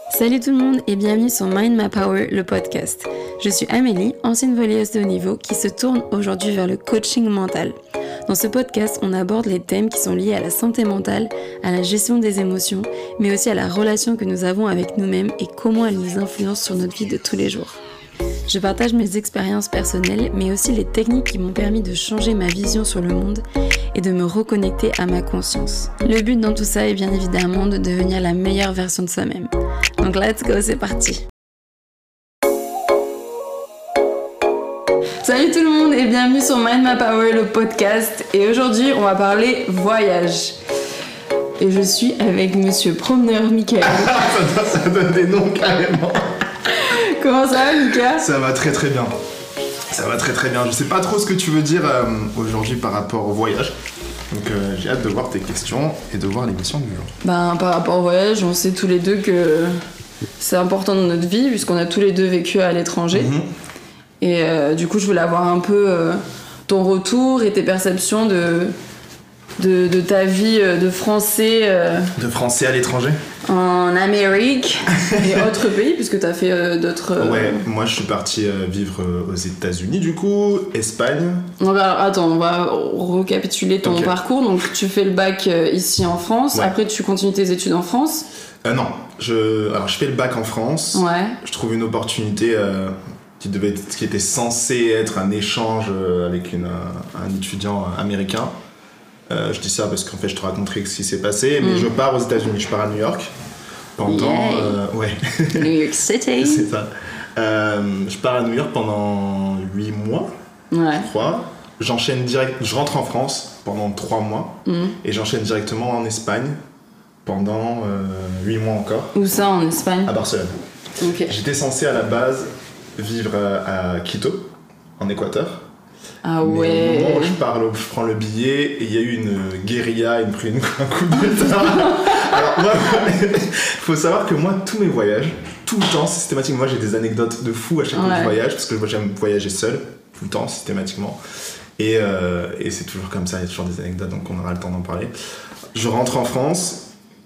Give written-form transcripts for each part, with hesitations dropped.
Salut tout le monde et bienvenue sur Mind My Power, le podcast. Je suis Amélie, ancienne volleyeuse de haut niveau qui se tourne aujourd'hui vers le coaching mental. Dans ce podcast, on aborde les thèmes qui sont liés à la santé mentale, à la gestion des émotions, mais aussi à la relation que nous avons avec nous-mêmes et comment elle nous influence sur notre vie de tous les jours. Je partage mes expériences personnelles, mais aussi les techniques qui m'ont permis de changer ma vision sur le monde et de me reconnecter à ma conscience. Le but dans tout ça est bien évidemment de devenir la meilleure version de soi-même. Donc let's go, c'est parti. Salut tout le monde et bienvenue sur Mind My Power, le podcast. Et aujourd'hui, on va parler voyage. Et je suis avec monsieur promeneur Mickaël. Ça donne des noms carrément. Comment ça va, Mika ? Ça va très très bien. Ça va très très bien. Je sais pas trop ce que tu veux dire aujourd'hui par rapport au voyage. Donc j'ai hâte de voir tes questions et de voir l'émission du jour. Par rapport au voyage, on sait tous les deux que c'est important dans notre vie puisqu'on a tous les deux vécu à l'étranger. Et du coup, je voulais avoir un peu ton retour et tes perceptions de ta vie de français. De français à l'étranger ? En Amérique et autres pays, puisque tu as fait d'autres... Ouais, moi je suis parti vivre aux États-Unis du coup, Espagne. Donc, alors, attends, on va récapituler ton parcours. Donc tu fais le bac ici en France, ouais. Après tu continues tes études en France. Non, je fais le bac en France. Ouais. Je trouve une opportunité qui était censée être un échange avec un étudiant américain. Je dis ça parce qu'en fait je te raconterai ce qui s'est passé, mais je pars aux États-Unis, je pars à New York pendant ouais. New York City. C'est ça. Je pars à New York pendant 8 mois, je crois. J'enchaîne direct, je rentre en France pendant 3 mois et j'enchaîne directement en Espagne pendant 8 mois encore. Où ça en Espagne ? À Barcelone. Okay. J'étais censé à la base vivre à Quito, en Équateur. Ah ouais. Mais au moment où je prends le billet et il y a eu une guérilla, un coup d'état. Alors moi, faut savoir que moi, tous mes voyages, tout le temps, systématiquement, moi j'ai des anecdotes de fou à chaque fois que je voyage, parce que moi j'aime voyager seul, tout le temps, systématiquement. Et c'est toujours comme ça, il y a toujours des anecdotes, donc on aura le temps d'en parler. Je rentre en France,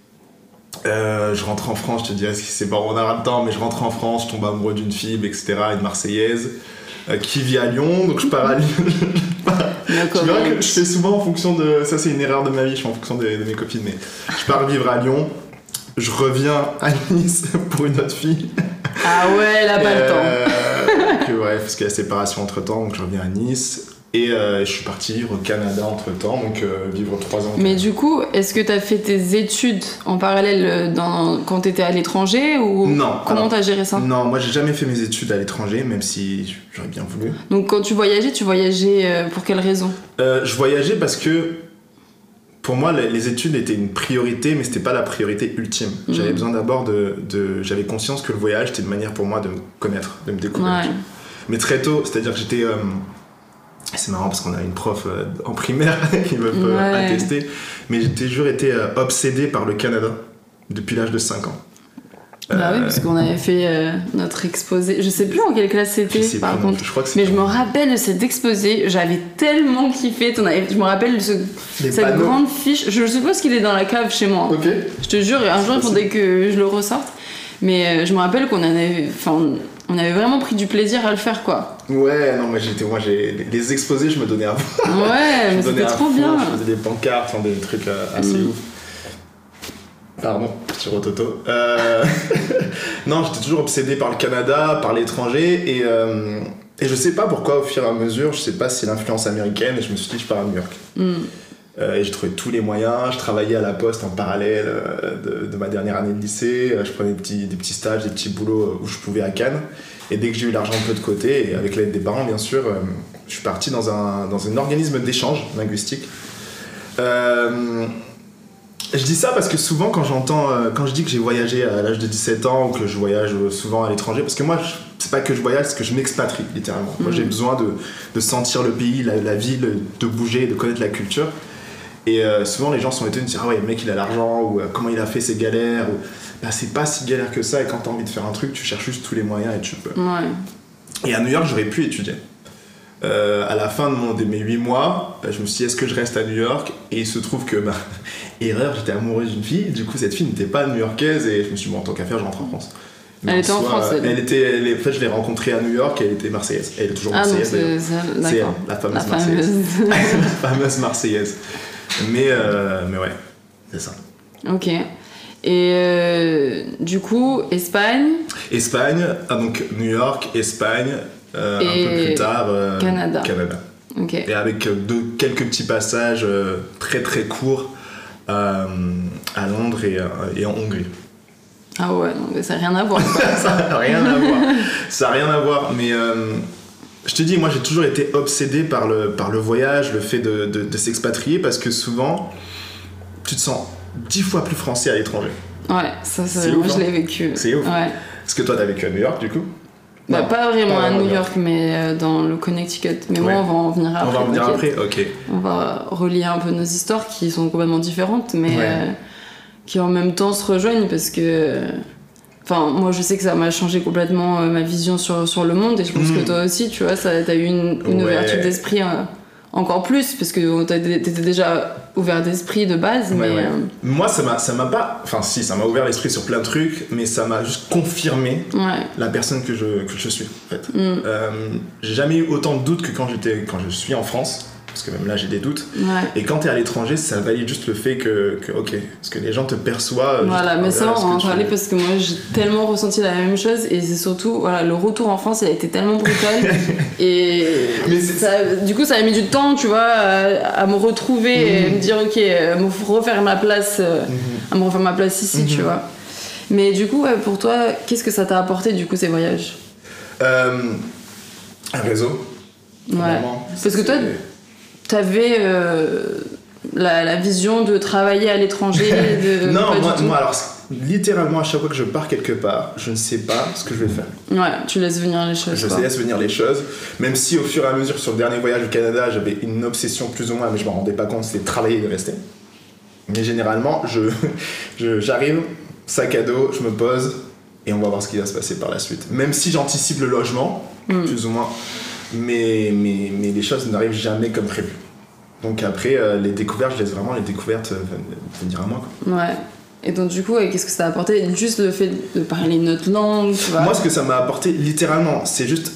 je te dirais ce qui c'est pas, on aura le temps, mais je rentre en France, je tombe amoureux d'une fille, etc., une Marseillaise. Qui vit à Lyon, donc je pars à Lyon. Tu verras que je fais souvent en fonction de... Ça c'est une erreur de ma vie, je fais en fonction de mes copines, mais je pars vivre à Lyon, je reviens à Nice pour une autre fille. Ah ouais, là pas le temps. Parce qu'il y a séparation entre temps, donc je reviens à Nice. Et je suis parti vivre au Canada entre temps, donc vivre 3 ans. Mais du coup, est-ce que t'as fait tes études en parallèle quand t'étais à l'étranger ou non, comment t'as géré ça ? Non, moi j'ai jamais fait mes études à l'étranger, même si j'aurais bien voulu. Donc quand tu voyageais pour quelle raison ? Je voyageais parce que pour moi les études étaient une priorité, mais c'était pas la priorité ultime. J'avais besoin d'abord j'avais conscience que le voyage était une manière pour moi de me connaître, de me découvrir. Ouais. Mais très tôt, c'est-à-dire que j'étais... C'est marrant parce qu'on a une prof en primaire qui me peut attester, mais j'ai toujours été obsédé par le Canada depuis l'âge de 5 ans. Bah oui, parce qu'on avait fait notre exposé, je sais plus en quelle classe c'était par contre, mais je me rappelle de cet exposé, j'avais tellement kiffé, je me rappelle de cette grande fiche, je suppose qu'il est dans la cave chez moi. Okay. Je te jure, un jour il faudrait que je le ressorte, mais je me rappelle qu'on on avait vraiment pris du plaisir à le faire, quoi. Ouais, non, les exposés, je me donnais à fond. Ouais, mais c'était trop bien. Je faisais des pancartes, des trucs assez ouf. Pardon, petit rototo. Non, j'étais toujours obsédé par le Canada, par l'étranger, et je sais pas pourquoi, au fur et à mesure, je sais pas si c'est l'influence américaine, et je me suis dit, je pars à New York. Et j'ai trouvé tous les moyens, je travaillais à la poste en parallèle de ma dernière année de lycée, je prenais des petits stages, des petits boulots où je pouvais à Cannes, et dès que j'ai eu l'argent un peu de côté, et avec l'aide des parents bien sûr, je suis parti dans un organisme d'échange linguistique. Je dis ça parce que souvent quand je dis que j'ai voyagé à l'âge de 17 ans, ou que je voyage souvent à l'étranger, parce que moi c'est pas que je voyage, c'est que je m'expatrie littéralement. Moi j'ai besoin de sentir le pays, la ville, de bouger, de connaître la culture. Et souvent les gens sont étonnés de dire ah ouais le mec il a l'argent, ou comment il a fait ses galères, ou bah c'est pas si galère que ça, et quand t'as envie de faire un truc tu cherches juste tous les moyens et tu peux. Et à New York j'aurais pu étudier. À la fin de mes 8 mois, je me suis dit est-ce que je reste à New York, et il se trouve que Erreur, j'étais amoureux d'une fille, du coup cette fille n'était pas new-yorkaise et je me suis dit bon, en tant qu'affaire, je rentre en France. Mais elle était en France, en fait, je l'ai rencontrée à New York et elle était marseillaise. Elle est toujours marseillaise. C'est elle, la fameuse marseillaise. La fameuse marseillaise. Mais ouais, c'est ça. Ok. Et du coup, Espagne, donc New York, Espagne, un peu plus tard, Canada. Okay. Et avec quelques petits passages très très courts à Londres et en Hongrie. Ah ouais, non, mais ça n'a rien à voir. Rien à voir. Ça n'a rien à voir, mais je te dis, moi j'ai toujours été obsédé par le voyage, le fait de s'expatrier, parce que souvent, tu te sens 10 fois plus français à l'étranger. Ouais, ça moi je l'ai vécu. C'est ouf. Ouais. Parce que toi t'as vécu à New York du coup? Bah, pas vraiment à New York, mais dans le Connecticut. Mais moi, on va en venir après. On va en venir après, ok. On va relier un peu nos histoires qui sont complètement différentes, mais qui en même temps se rejoignent parce que. Enfin, moi, je sais que ça m'a changé complètement ma vision sur le monde et je pense que toi aussi, tu vois, t'as eu une ouverture d'esprit encore plus parce que t'étais déjà ouvert d'esprit de base. Mais moi, ça m'a pas. Enfin, si, ça m'a ouvert l'esprit sur plein de trucs, mais ça m'a juste confirmé la personne que je suis, en fait. J'ai jamais eu autant de doutes que quand je suis en France. Parce que même là j'ai des doutes. Et quand t'es à l'étranger, ça valide juste le fait que ok, parce que les gens te perçoivent. Voilà, mais ça on va en parler parce que moi j'ai tellement ressenti la même chose et c'est surtout le retour en France il a été tellement brutal et du coup ça a mis du temps, tu vois, à me retrouver et me dire ok, à me refaire ma place, ici, tu vois. Mais du coup pour toi, qu'est-ce que ça t'a apporté du coup ces voyages? Un réseau. Parce que toi t'avais la vision de travailler à l'étranger Non, moi alors littéralement à chaque fois que je pars quelque part, je ne sais pas ce que je vais faire. Ouais, tu laisses venir les choses. Je laisse venir les choses, même si au fur et à mesure sur le dernier voyage au Canada, j'avais une obsession plus ou moins, mais je m'en rendais pas compte, c'était de travailler et de rester. Mais généralement, j'arrive, sac à dos, je me pose et on va voir ce qui va se passer par la suite. Même si j'anticipe le logement, plus ou moins. Mais les choses n'arrivent jamais comme prévu. Donc après, les découvertes, je laisse vraiment les découvertes venir à moi, quoi. Ouais. Et donc du coup, qu'est-ce que ça t'a apporté? Juste le fait de parler notre langue, tu vois? Moi, ce que ça m'a apporté, littéralement, c'est juste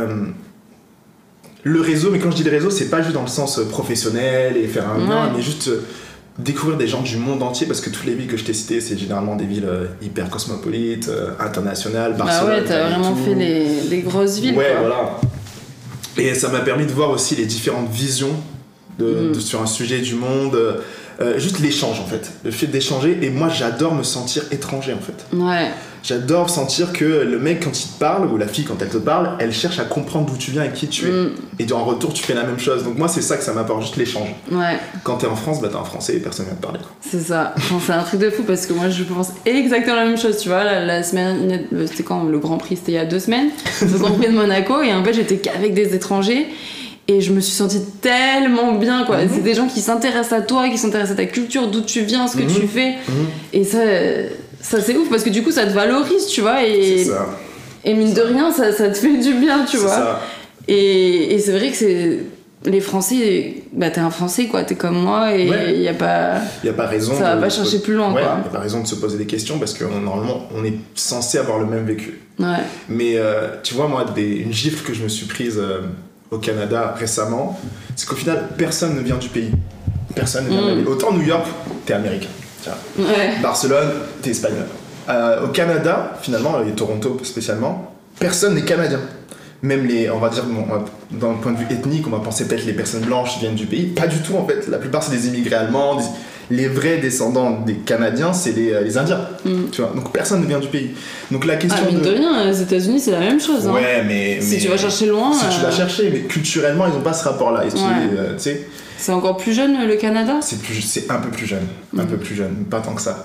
le réseau. Mais quand je dis le réseau, c'est pas juste dans le sens professionnel et faire un lien, mais juste découvrir des gens du monde entier, parce que toutes les villes que je t'ai citées, c'est généralement des villes hyper cosmopolites, internationales, Barcelone. Ah ouais, t'as vraiment fait les grosses villes, ouais, quoi. Voilà. Et ça m'a permis de voir aussi les différentes visions sur un sujet du monde, juste l'échange en fait, le fait d'échanger. Et moi j'adore me sentir étranger en fait. Ouais. J'adore sentir que le mec quand il te parle, ou la fille quand elle te parle, elle cherche à comprendre d'où tu viens et qui tu es. Et en retour tu fais la même chose. Donc moi c'est ça que ça m'apporte, juste l'échange. Ouais. Quand t'es en France, t'es en français et personne vient te parler. C'est ça. Enfin, c'est un truc de fou parce que moi je pense exactement la même chose, tu vois. La semaine, c'était quand le Grand Prix? C'était il y a 2 semaines. Le Grand Prix de Monaco et en fait j'étais qu'avec des étrangers. Et je me suis sentie tellement bien, quoi. C'est des gens qui s'intéressent à toi, qui s'intéressent à ta culture, d'où tu viens, ce que tu fais. Et ça c'est ouf parce que du coup ça te valorise, tu vois. Et, c'est ça. Et mine de rien, ça te fait du bien, tu vois. Ça. Et c'est vrai que c'est... Les Français, t'es un Français, quoi. T'es comme moi et il y a pas raison. Ça va pas chercher plus loin, quoi. Il y a pas raison de se poser des questions parce que normalement on est censé avoir le même vécu. Ouais. Mais tu vois, moi, une gifle que je me suis prise au Canada récemment, c'est qu'au final, personne ne vient du pays. Personne ne vient de la ville. Autant New York, t'es américain. Ouais. Barcelone, t'es espagnol. Au Canada, finalement, et Toronto spécialement, personne n'est canadien. Même on va dire, dans le point de vue ethnique, on va penser peut-être les personnes blanches viennent du pays. Pas du tout, en fait. La plupart, c'est des immigrés allemands. Les vrais descendants des Canadiens, c'est les Indiens. Tu vois, donc personne ne vient du pays. Donc la question mine de rien, aux États-Unis, c'est la même chose. Ouais, mais si tu vas chercher loin. Si tu vas chercher, mais culturellement, ils n'ont pas ce rapport-là. Tu sais. C'est encore plus jeune, le Canada? C'est un peu plus jeune. Un peu plus jeune, pas tant que ça.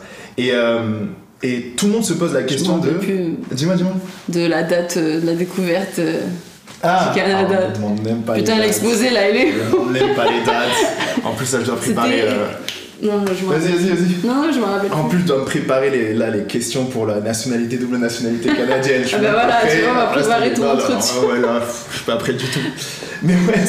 Et tout le monde se pose la question de... Dis-moi. De la date de la découverte du Canada. On n'aime pas Putain, l'exposé, là, il est... On n'aime pas les dates. En plus, ça, je dois préparer... Non, je m'en rappelle. Vas-y. Non, je m'en rappelle. En plus, je dois me préparer les questions pour la nationalité, double nationalité canadienne. Ah bah voilà, tu vois, on va préparer tout notre truc. Ouais, là, je suis pas prêt du tout. Mais ouais,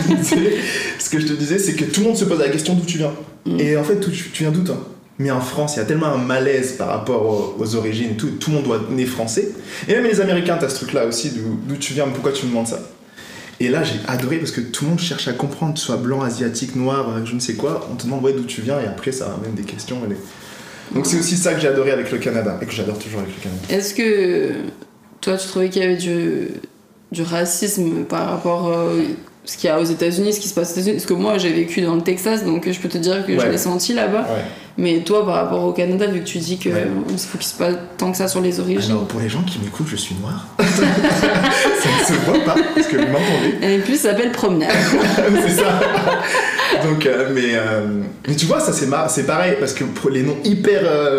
ce que je te disais, c'est que tout le monde se pose la question d'où tu viens. Et en fait, tu viens d'où, toi? Mais en France, il y a tellement un malaise par rapport aux origines, tout le monde doit être né français. Et même les Américains, t'as ce truc-là aussi, d'où tu viens, pourquoi tu me demandes ça? Et là, j'ai adoré parce que tout le monde cherche à comprendre, que tu sois blanc, asiatique, noir, je ne sais quoi. On te demande d'où tu viens et après, ça ramène des questions. Donc, c'est aussi ça que j'ai adoré avec le Canada et que j'adore toujours avec le Canada. Est-ce que toi, tu trouvais qu'il y avait du racisme par rapport à ce qu'il y a aux États-Unis, ce qui se passe aux États-Unis? Parce que moi, j'ai vécu dans le Texas, donc je peux te dire que je l'ai senti là-bas. Ouais. Mais toi, par rapport au Canada, vu que tu dis qu'on ne se focus pas tant que ça sur les origines. Alors, pour les gens qui m'écoutent, je suis noir. Ça ne se voit pas, parce que vous m'entendez. Et puis, ça s'appelle promenade. C'est ça. Donc, mais tu vois, ça c'est pareil, parce que pour les noms hyper.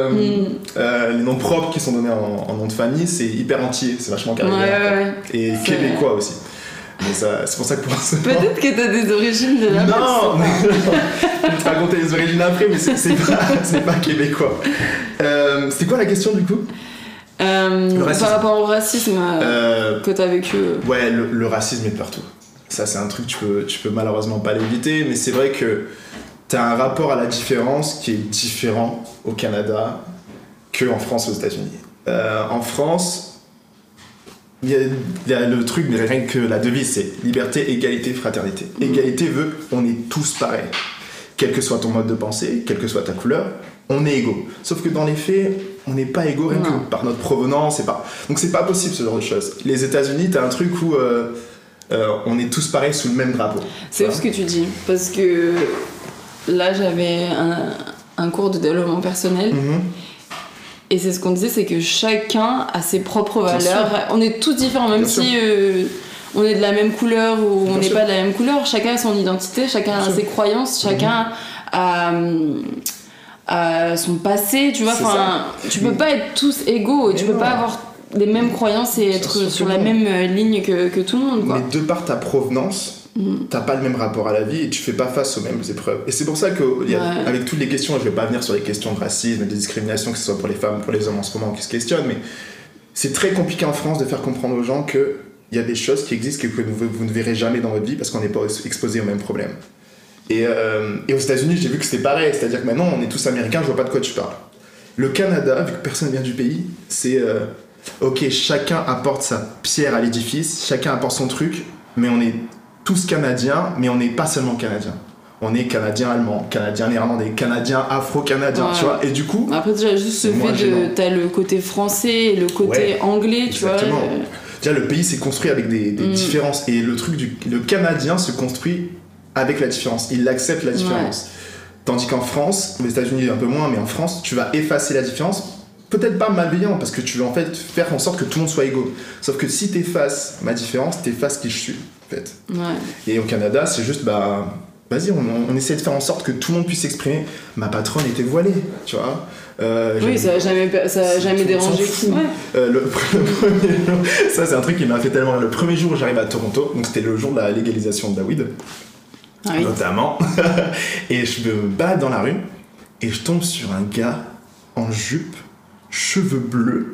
Les noms propres qui sont donnés en nom de famille, c'est hyper entier, c'est vachement carré. Ouais. Et québécois aussi. Mais ça, c'est pour ça que pour l'instant... Peut-être que t'as des origines de la Non, je vais te raconter les origines après, mais c'est pas québécois. C'était quoi la question du coup? Par rapport au racisme que t'as vécu. Ouais, le racisme est de partout. Ça, c'est un truc que tu peux malheureusement pas l'éviter, mais c'est vrai que t'as un rapport à la différence qui est différent au Canada qu'en France, aux États-Unis. En France, il y a le truc, mais rien que la devise, c'est liberté, égalité, fraternité. Égalité veut on est tous pareils. Quel que soit ton mode de pensée, quelle que soit ta couleur, on est égaux. Sauf que dans les faits, on n'est pas égaux rien que par notre provenance. Donc c'est pas possible ce genre de choses. Les États-Unis, t'as un truc où on est tous pareils sous le même drapeau. C'est ce que tu dis, parce que là j'avais un cours de développement personnel. Et c'est ce qu'on disait, c'est que chacun a ses propres valeurs. On est tous différents, même si on est de la même couleur ou on n'est pas de la même couleur. Chacun a son identité, chacun a ses croyances, chacun a son passé, tu vois. Enfin, tu peux pas être tous égaux, tu peux pas avoir les mêmes croyances et être sur la même ligne que tout le monde, quoi. Mais de par ta provenance, t'as pas le même rapport à la vie et tu fais pas face aux mêmes épreuves. Et c'est pour ça que avec toutes les questions, je vais pas venir sur les questions de racisme et de discrimination, que ce soit pour les femmes ou pour les hommes en ce moment qui se questionnent, mais c'est très compliqué en France de faire comprendre aux gens que il y a des choses qui existent que vous ne verrez jamais dans votre vie parce qu'on n'est pas exposé aux mêmes problèmes. Et aux États-Unis, j'ai vu que c'était pareil, c'est-à-dire que maintenant on est tous américains, je vois pas de quoi tu parles. Le Canada, vu que personne vient du pays, c'est ok, chacun apporte sa pierre à l'édifice, chacun apporte son truc, mais on est tous canadiens, mais on n'est pas seulement canadiens. On est canadien allemand, canadien néerlandais, canadien afro-canadien, tu vois. Et du coup, après déjà juste ce fait de t'as le côté français et le côté anglais, tu vois. Déjà le pays s'est construit avec des différences et le truc le canadien se construit avec la différence. Il accepte la différence. Tandis qu'en France, aux États-Unis un peu moins, mais en France, tu vas effacer la différence. Peut-être pas malveillant parce que tu veux en fait faire en sorte que tout le monde soit égaux. Sauf que si t'effaces ma différence, t'effaces qui je suis. En fait. Et au Canada, c'est juste vas-y, on essaie de faire en sorte que tout le monde puisse s'exprimer. Ma patronne était voilée, tu vois. Ça a jamais dérangé. Le premier jour, ça c'est un truc qui m'a fait tellement rire. Le premier jour où j'arrive à Toronto, donc c'était le jour de la légalisation de la weed, notamment, et je me balade dans la rue et je tombe sur un gars en jupe, cheveux bleus,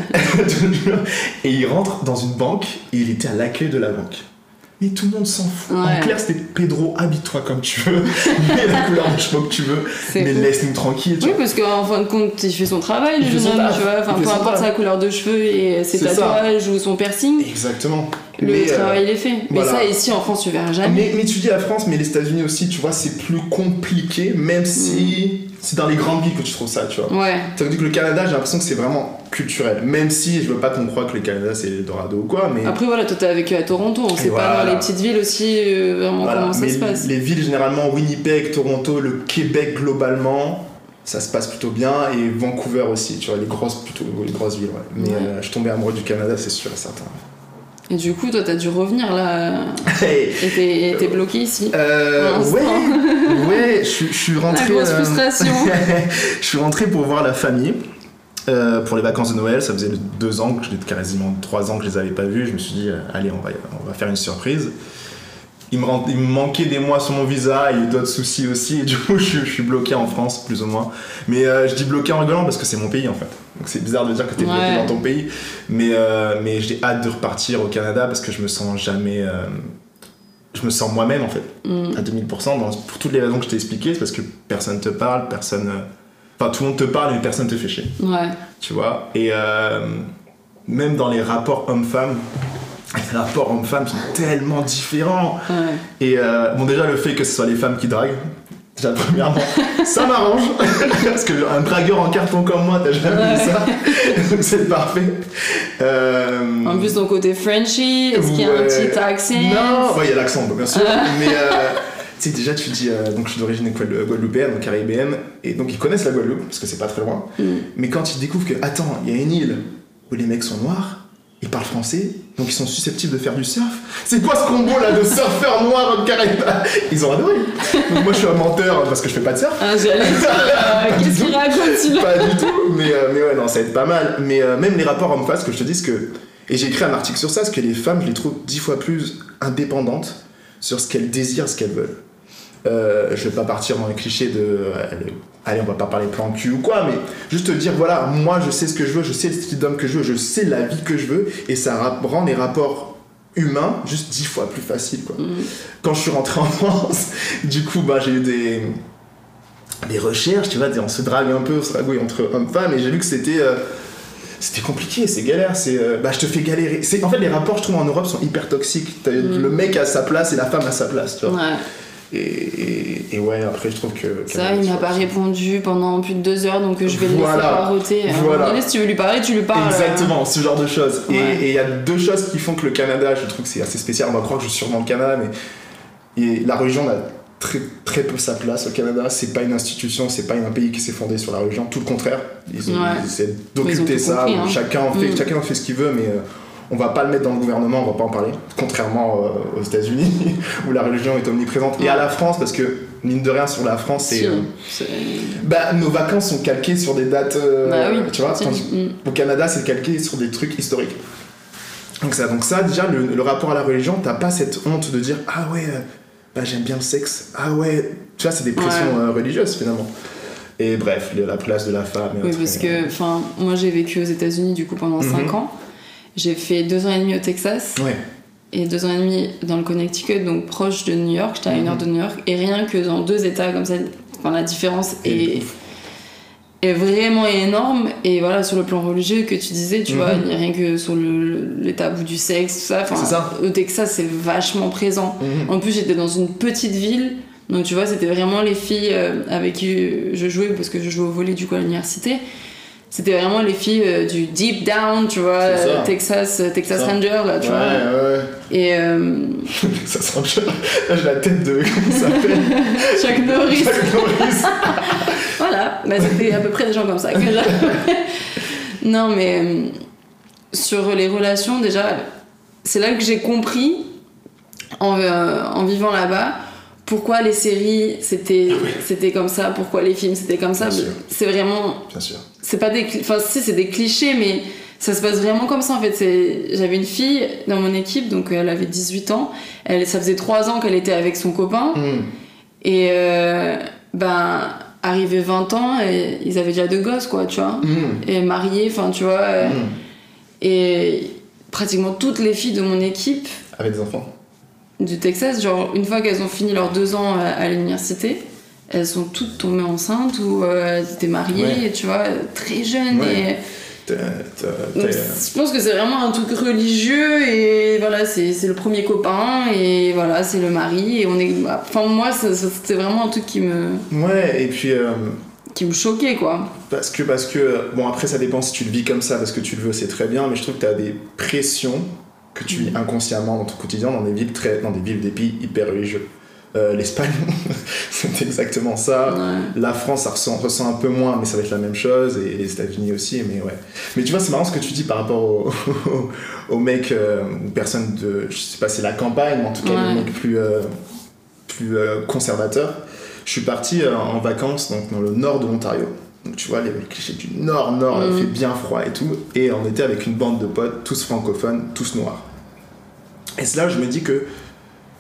et il rentre dans une banque et il était à l'accueil de la banque. Mais tout le monde s'en fout. En clair, c'était Pedro, habille-toi comme tu veux, mets la couleur de cheveux que tu veux, mais laisse-nous tranquille. Oui, parce qu'en fin de compte, il fait son travail, le jeune homme, tu vois. Enfin, peu importe sa couleur de cheveux et ses tatouages ou son piercing. Exactement. Le travail, il est fait. Mais ça, ici en France, tu verras jamais. Mais tu dis la France, mais les États-Unis aussi, tu vois, c'est plus compliqué, même si c'est dans les grandes villes que tu trouves ça, tu vois. Ça veut dire que le Canada, j'ai l'impression que c'est vraiment culturel. Même si je veux pas qu'on croie que le Canada c'est l'Eldorado ou quoi, mais. Après, toi, t'as vécu à Toronto, on sait pas dans les petites villes aussi vraiment comment ça se passe. Les villes, généralement, Winnipeg, Toronto, le Québec globalement, ça se passe plutôt bien, et Vancouver aussi, tu vois, les grosses villes, Mais je suis tombé amoureux du Canada, c'est sûr et certain. Et du coup, toi, t'as dû revenir là. Et t'es bloqué ici. Ouais, je suis rentré. La grosse frustration. Je suis rentré pour voir la famille. Pour les vacances de Noël, ça faisait 2 ans, quasiment 3 ans que je les avais pas vus. Je me suis dit, allez, on va faire une surprise. il me manquait des mois sur mon visa et d'autres soucis aussi, et du coup je suis bloqué en France plus ou moins, mais je dis bloqué en rigolant parce que c'est mon pays en fait, donc c'est bizarre de dire que t'es bloqué dans ton pays, mais j'ai hâte de repartir au Canada parce que je me sens jamais je me sens moi-même en fait à 2000% pour toutes les raisons que je t'ai expliquées, c'est parce que personne te parle, enfin tout le monde te parle mais personne te fait chier, tu vois, et même dans les rapports hommes-femmes, les rapports hommes-femmes sont tellement différents. Et bon, déjà le fait que ce soit les femmes qui draguent, déjà premièrement, ça m'arrange parce que un dragueur en carton comme moi, t'as jamais vu ça, donc c'est parfait. En plus ton côté Frenchy, est-ce qu'il y a un petit accent? Non, il y a l'accent bien sûr, mais tu sais déjà tu dis donc je suis d'origine guadeloupéenne, donc caribéenne, et donc ils connaissent la Guadeloupe parce que c'est pas très loin, mais quand ils découvrent que attends, il y a une île où les mecs sont noirs, ils parlent français, donc ils sont susceptibles de faire du surf. C'est quoi ce combo là de surfeurs noirs en Caraïbes? Ils ont adoré. Donc moi je suis un menteur parce que je fais pas de surf. J'allais dire, qu'est-ce qu'il raconte? Pas du tout, mais ouais, non, ça aide pas mal. Mais même les rapports hommes-femmes, que je te dis, et j'ai écrit un article sur ça, parce que les femmes, je les trouve 10 fois plus indépendantes sur ce qu'elles désirent, ce qu'elles veulent. Je vais pas partir dans les clichés de allez, on va pas parler plan cul ou quoi, mais juste te dire voilà, moi je sais ce que je veux, je sais le style d'homme que je veux, je sais la vie que je veux, et ça rend les rapports humains juste 10 fois plus faciles quoi. Quand je suis rentré en France, du coup j'ai eu des recherches, tu vois, on se drague un peu, on se dragouille entre hommes-femmes, et j'ai vu que c'était compliqué, c'est galère, je te fais galérer. En fait les rapports je trouve en Europe sont hyper toxiques, le mec a sa place et la femme a sa place, tu vois. Et ouais, après je trouve que ça, il m'a pas répondu pendant plus de 2 heures, donc je vais le laisser paroter. Si tu veux lui parler, tu lui parles. Exactement, ce genre de choses. Et il y a 2 choses qui font que le Canada, je trouve que c'est assez spécial. On va croire que je suis sûrement le Canada, mais la religion a très, très peu sa place au Canada. C'est pas une institution, c'est pas un pays qui s'est fondé sur la religion, tout le contraire. Ils essaient d'occulter ça, compris, chacun en fait ce qu'il veut, mais on va pas le mettre dans le gouvernement, on va pas en parler, contrairement aux États-Unis où la religion est omniprésente, et à la France, parce que mine de rien sur la France nos vacances sont calquées sur des dates tu vois, au Canada c'est calqué sur des trucs historiques, donc ça déjà le rapport à la religion, t'as pas cette honte de dire ah ouais j'aime bien le sexe, ah ouais, tu vois, c'est des pressions religieuses finalement. Et bref, la place de la femme parce que moi j'ai vécu aux États-Unis du coup pendant 5 ans. J'ai fait 2 ans et demi au Texas et 2 ans et demi dans le Connecticut, donc proche de New York, j'étais à 1 heure de New York, et rien que dans 2 états comme ça, la différence est vraiment énorme. Et voilà, sur le plan religieux que tu disais, tu vois, rien que sur les tabous du sexe, tout ça, au Texas c'est vachement présent. En plus j'étais dans une petite ville, donc tu vois, c'était vraiment les filles avec qui je jouais, parce que je jouais au volley du coup à l'université. C'était vraiment les filles du deep down, tu vois, Texas Ranger, là, tu vois. Et Texas Ranger, là j'ai la tête de... Comment ça s'appelle? Chuck Norris. Voilà, c'était à peu près des gens comme ça que j'avais. Non, mais sur les relations, déjà, c'est là que j'ai compris, en vivant là-bas, pourquoi les séries c'était comme ça, pourquoi les films c'était comme ça. C'est vraiment... Bien sûr. C'est pas des... c'est des clichés, mais ça se passe vraiment comme ça en fait. J'avais une fille dans mon équipe, donc elle avait 18 ans. Ça faisait 3 ans qu'elle était avec son copain. Et arrivé 20 ans, ils avaient déjà 2 gosses, quoi, tu vois. Et mariés, tu vois. Et pratiquement toutes les filles de mon équipe... Avec des enfants du Texas, genre une fois qu'elles ont fini leurs 2 ans à l'université, elles sont toutes tombées enceintes ou elles étaient mariées, tu vois, très jeunes. Donc, je pense que c'est vraiment un truc religieux, et voilà, c'est le premier copain, et voilà, c'est le mari, et on est... moi, c'était vraiment un truc qui me... Ouais, et puis... qui me choquait, quoi. Parce que bon, après ça dépend si tu le vis comme ça parce que tu le veux, c'est très bien, mais je trouve que t'as des pressions que tu vis inconsciemment dans ton quotidien dans des villes des pays hyper religieux. L'Espagne, c'est exactement ça. La France, ça ressent un peu moins, mais ça va être la même chose, et les États-Unis aussi, mais ouais. Mais tu vois, c'est marrant ce que tu dis par rapport aux mecs, aux personnes de, je sais pas, c'est la campagne, mais en tout cas les mecs plus conservateurs. Je suis parti en vacances donc, dans le nord de l'Ontario. Donc tu vois, les clichés du nord, il fait bien froid et tout. Et on était avec une bande de potes, tous francophones, tous noirs. Et c'est là où je me dis que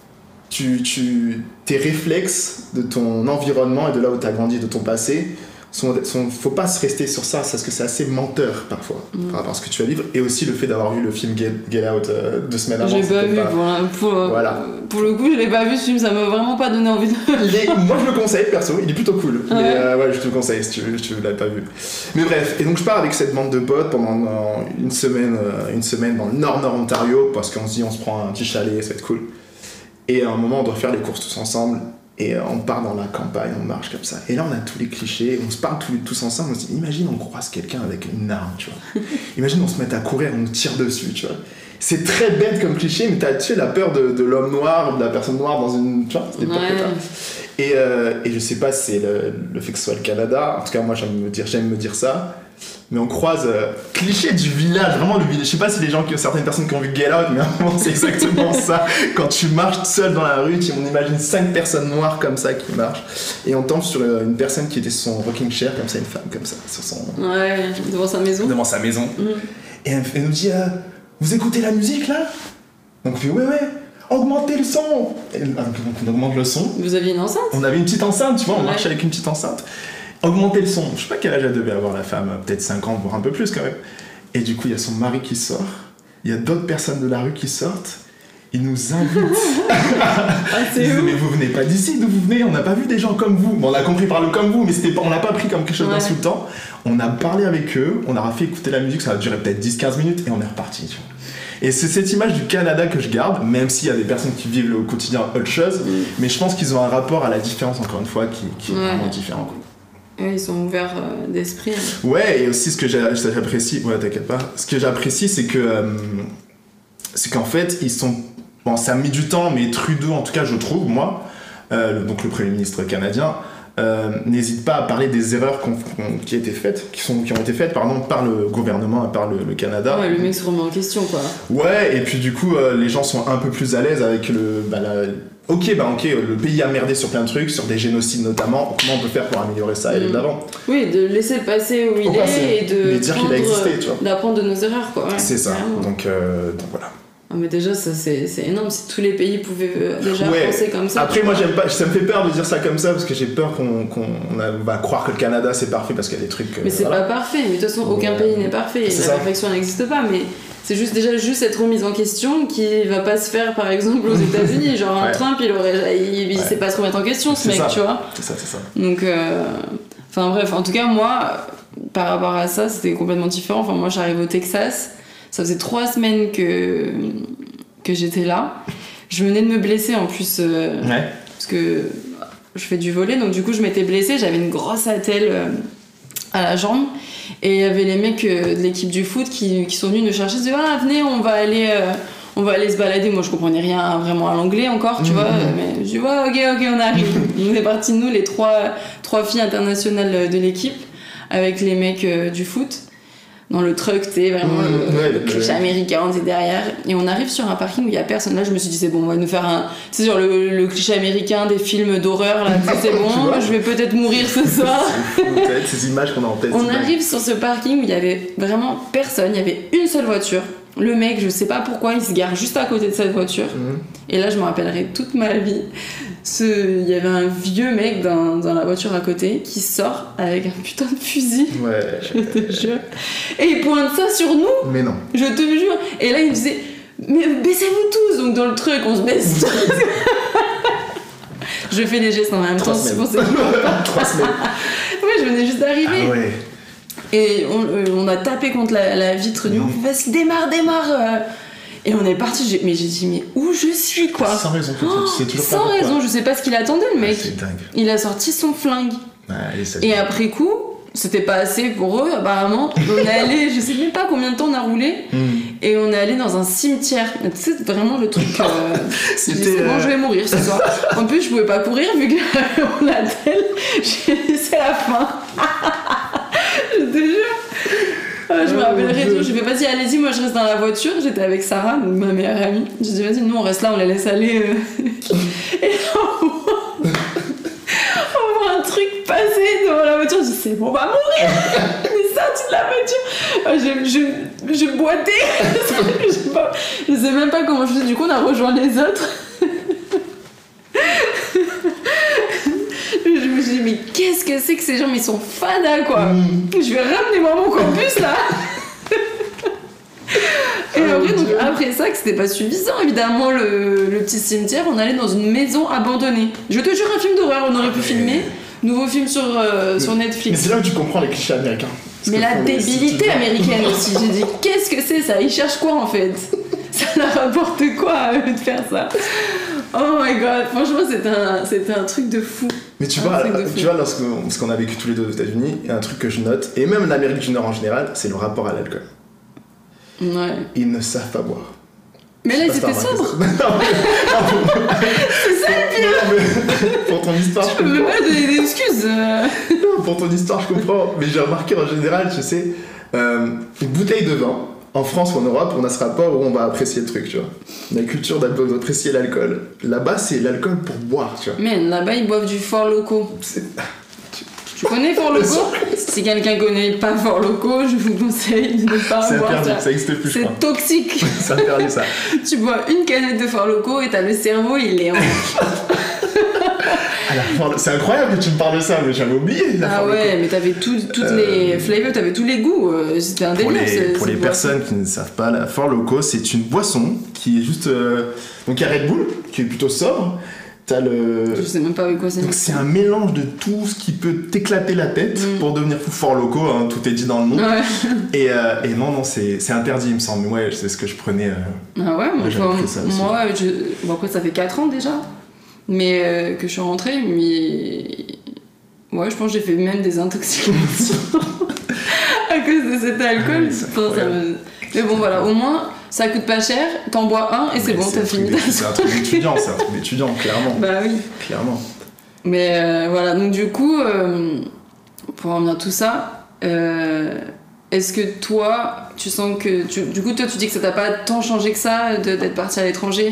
tes réflexes de ton environnement et de là où tu as grandi, de ton passé, faut pas se rester sur ça parce que c'est assez menteur parfois par rapport à ce que tu vas vivre, et aussi le fait d'avoir vu le film Get Out 2 semaines avant. J'ai pas vu, voilà. Pour le coup je l'ai pas vu ce film, ça m'a vraiment pas donné envie de... Moi je le conseille perso, il est plutôt cool, ouais. Mais ouais, je te le conseille si tu l'as pas vu. Mais bref, et donc je pars avec cette bande de potes pendant une semaine dans le nord Ontario, parce qu'on se dit on se prend un petit chalet, ça va être cool, et à un moment on doit faire les courses tous ensemble. Et on part dans la campagne, on marche comme ça. Et là, on a tous les clichés, on se parle tous ensemble. On se dit, imagine, on croise quelqu'un avec une arme, tu vois. Imagine, on se met à courir, on nous tire dessus, tu vois. C'est très bête comme cliché, mais tu sais, la peur de l'homme noir, de la personne noire dans une... Tu vois, c'est des peurs que t'as. Et je sais pas si c'est le fait que ce soit le Canada. En tout cas, moi, j'aime me dire ça. Mais on croise cliché du village, vraiment le village. Je sais pas si certaines personnes qui ont vu Get Out, mais vraiment c'est exactement ça. Quand tu marches seul dans la rue, on imagine 5 personnes noires comme ça qui marchent, et on tombe sur une personne qui était sur son rocking chair, comme ça, une femme comme ça, sur son... Ouais, devant sa maison. Et elle nous dit vous écoutez la musique là? Donc on fait ouais, augmentez le son. Et, donc on augmente le son. Vous aviez une enceinte? On avait une petite enceinte, tu vois, on marchait avec une petite enceinte. Augmenter le son, je sais pas quel âge elle devait avoir la femme, peut-être 5 ans, voire un peu plus quand même. Et du coup, il y a son mari qui sort, il y a d'autres personnes de la rue qui sortent, ils nous invitent. Ils disent, mais vous venez pas d'ici, d'où vous venez? On n'a pas vu des gens comme vous. Bon, on a compris par le comme vous, mais on l'a pas pris comme quelque chose d'insultant. On a parlé avec eux, on leur a fait écouter la musique, ça a duré peut-être 10-15 minutes, et on est reparti, tu vois. Et c'est cette image du Canada que je garde, même s'il y a des personnes qui vivent au quotidien autre chose, mais je pense qu'ils ont un rapport à la différence, encore une fois, qui est vraiment différent, quoi. Ouais, ils sont ouverts d'esprit. Ouais, et aussi ce que j'apprécie, ouais, t'inquiète pas. Ce que j'apprécie, c'est qu'en fait, ils sont. Bon, ça a mis du temps, mais Trudeau, en tout cas, je trouve, moi, donc le Premier ministre canadien, n'hésite pas à parler des erreurs qui ont été faites par le gouvernement et par le Canada. Ouais, le mec se remet en question, quoi. Ouais, et puis du coup, les gens sont un peu plus à l'aise avec Ok, le pays a merdé sur plein de trucs, sur des génocides notamment. Comment on peut faire pour améliorer ça et aller de l'avant? Oui, de laisser le passé où il est et de dire qu'il a existé, tu vois. D'apprendre de nos erreurs, quoi. Ouais, c'est ça. Donc voilà. Ah, mais déjà, ça c'est énorme. Si tous les pays pouvaient déjà penser comme ça. Après, moi, j'aime pas. Ça me fait peur de dire ça comme ça parce que j'ai peur qu'on va croire que le Canada c'est parfait parce qu'il y a des trucs. Mais c'est pas parfait. Mais de toute façon, aucun pays n'est parfait. La perfection n'existe pas. Mais c'est juste cette remise en question qui va pas se faire, par exemple, aux États-Unis. Genre, Trump, il sait pas se remettre en question, ce mec, tu vois. C'est ça. Donc, enfin bref, en tout cas, moi, par rapport à ça, c'était complètement différent. Enfin, moi, j'arrive au Texas. Ça faisait 3 semaines que j'étais là. Je venais de me blesser en plus, parce que je fais du volley, donc du coup je m'étais blessée, j'avais une grosse attelle à la jambe, et il y avait les mecs de l'équipe du foot qui sont venus nous chercher, ils disaient venez, on va aller se balader. Moi je comprenais rien vraiment à l'anglais encore, tu vois, mais je dis ok, on arrive. On est partis, nous, les trois filles internationales de l'équipe, avec les mecs du foot. Dans le truck, tu sais, vraiment le cliché américain, on était derrière. Et on arrive sur un parking où il y a personne. Là, je me suis dit, c'est bon, on va nous faire un. Tu sais, genre le cliché américain des films d'horreur, là, c'est bon, je vais peut-être mourir ce soir. Peut-être ces images qu'on a en tête. On arrive sur ce parking où il y avait vraiment personne, il y avait une seule voiture. Le mec, je sais pas pourquoi, il se gare juste à côté de cette voiture. Et là, je me rappellerai toute ma vie. Il y avait un vieux mec dans la voiture à côté qui sort avec un putain de fusil. Ouais. Je te jure. Et il pointe ça sur nous. Mais non. Je te jure. Et là, il me disait, mais baissez-vous tous. Donc dans le truc, on se baisse tous. Je fais des gestes en même temps. C'est pour ça que 3 semaines. Ouais, je venais juste d'arriver. Ah ouais. Et on a tapé contre la vitre du on fait vas-y, démarre. Et on est parti, mais j'ai dit, mais où je suis, quoi? Sans raison, tu sais toujours pas sans pourquoi. raison, je sais pas ce qu'il attendait, le mec. C'est dingue. Il a sorti son flingue. Et après coup, c'était pas assez pour eux, apparemment. On est allé, je sais même pas combien de temps on a roulé, et on est allé dans un cimetière. Tu sais, vraiment le truc. C'était. Bon, je vais mourir ce soir. En plus, je pouvais pas courir vu que on attelle. C'est la fin. Je te jure. Je me rappellerai tout. Je fais vas-y, allez-y, moi je reste dans la voiture. J'étais avec Sarah, donc ma meilleure amie. J'ai dit vas-y, nous on reste là, on la laisse aller. Et là, on voit un truc passer devant la voiture. Je dis c'est bon, on va mourir. On est sorti de la voiture. Je boitais. Je sais même pas comment je faisais. Du coup, on a rejoint les autres. qu'est-ce que c'est que ces gens, mais ils sont fadas quoi. Je vais ramener moi mon campus là. Et après ça, que c'était pas suffisant, évidemment, le petit cimetière, on allait dans une maison abandonnée. Je te jure, un film d'horreur, on aurait pu filmer. Nouveau film sur Netflix. Mais c'est là où tu comprends les clichés américains. Mais la débilité américaine aussi. J'ai dit, qu'est-ce que c'est ça? Ils cherchent quoi en fait? Ça leur apporte quoi à eux de faire ça? Oh my god, franchement, c'était un truc de fou. Mais tu vois, lorsqu'on a vécu tous les deux aux États-Unis, il y a un truc que je note, et même l'Amérique du Nord en général, c'est le rapport à l'alcool. Ouais. Ils ne savent pas boire. Mais là, ils étaient sobres. C'est ça le pire. Pour ton histoire, je peux même pas donner d'excuses. Non, pour ton histoire, je comprends. Mais j'ai remarqué en général, tu sais, une bouteille de vin, en France ou en Europe, on a ce rapport où on va apprécier le truc, tu vois. La culture d'apprécier l'alcool. Là-bas, c'est l'alcool pour boire, tu vois. Mais là-bas, ils boivent du Four Loko. Tu connais Four Loko? Si quelqu'un connaît pas Four Loko, je vous conseille de ne pas boire interdit, ça. Ça existe plus, c'est toxique. C'est interdit ça. Tu bois une canette de Four Loko et t'as le cerveau, il est en... C'est incroyable que tu me parles de ça, mais j'avais oublié. Ah ouais, mais t'avais toutes les flavors, t'avais tous les goûts. C'était un délire. Pour les personnes qui ne savent pas, la Four Loko, c'est une boisson qui est juste. Donc il y a Red Bull, qui est plutôt sobre. T'as le... Je sais même pas avec quoi c'est. Donc c'est un mélange de tout ce qui peut t'éclater la tête pour devenir fou. Four Loko, hein, tout est dit dans le nom. Ouais. Et non, c'est interdit, il me semble. Mais ouais, c'est ce que je prenais. Ah ouais, moi, bon, après, ça fait 4 ans déjà. Mais que je suis rentrée, mais ouais, je pense que j'ai fait même des intoxications à cause de cet alcool. Mais bon, voilà, au moins ça coûte pas cher, t'en bois un et c'est bon, t'as fini. C'est un truc d'étudiant, clairement. Bah oui. Clairement. Mais voilà, donc du coup, pour revenir à tout ça, est-ce que toi, tu sens que. Du coup, toi, tu dis que ça t'a pas tant changé que ça d'être parti à l'étranger?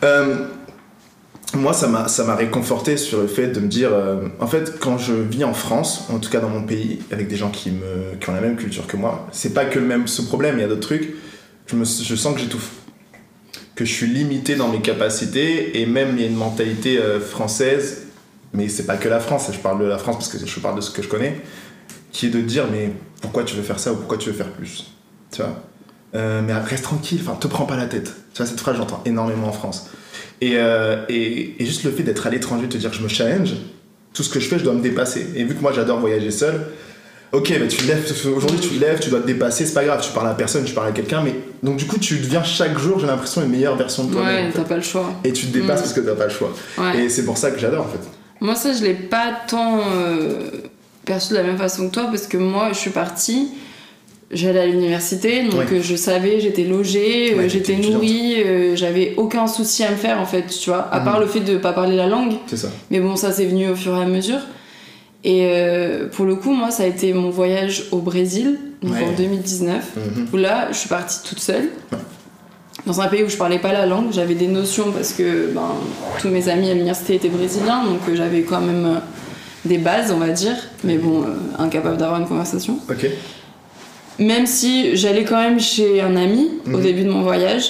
Moi, ça m'a réconforté sur le fait de me dire... en fait, quand je vis en France, en tout cas dans mon pays, avec des gens qui ont la même culture que moi, c'est pas que ce problème, il y a d'autres trucs. Je sens que j'étouffe. Que je suis limité dans mes capacités, et même il y a une mentalité française, mais c'est pas que la France, je parle de la France parce que je parle de ce que je connais, qui est de dire, mais pourquoi tu veux faire ça ou pourquoi tu veux faire plus? Tu vois, mais reste tranquille, enfin, te prends pas la tête. Tu vois, cette phrase, j'entends énormément en France. Et juste le fait d'être à l'étranger, te dire je me challenge, tout ce que je fais, je dois me dépasser. Et vu que moi j'adore voyager seul, ok, mais aujourd'hui tu te lèves, tu dois te dépasser, c'est pas grave, tu parles à personne, tu parles à quelqu'un, mais donc du coup tu deviens chaque jour, j'ai l'impression, une meilleure version de toi-même. Ouais, en fait. T'as pas le choix. Et tu te dépasses parce que t'as pas le choix. Ouais. Et c'est pour ça que j'adore en fait. Moi, ça, je l'ai pas tant perçu de la même façon que toi, parce que moi, je suis partie. J'allais à l'université, donc je savais, j'étais logée, j'étais nourrie, j'avais aucun souci à me faire en fait, tu vois, à part le fait de pas parler la langue. C'est ça. Mais bon, ça c'est venu au fur et à mesure. Et pour le coup, moi, ça a été mon voyage au Brésil, donc en 2019, où là, je suis partie toute seule, dans un pays où je parlais pas la langue. J'avais des notions parce que tous mes amis à l'université étaient brésiliens, donc j'avais quand même des bases, on va dire, mais bon, incapable d'avoir une conversation. Ok. Même si j'allais quand même chez un ami au début de mon voyage,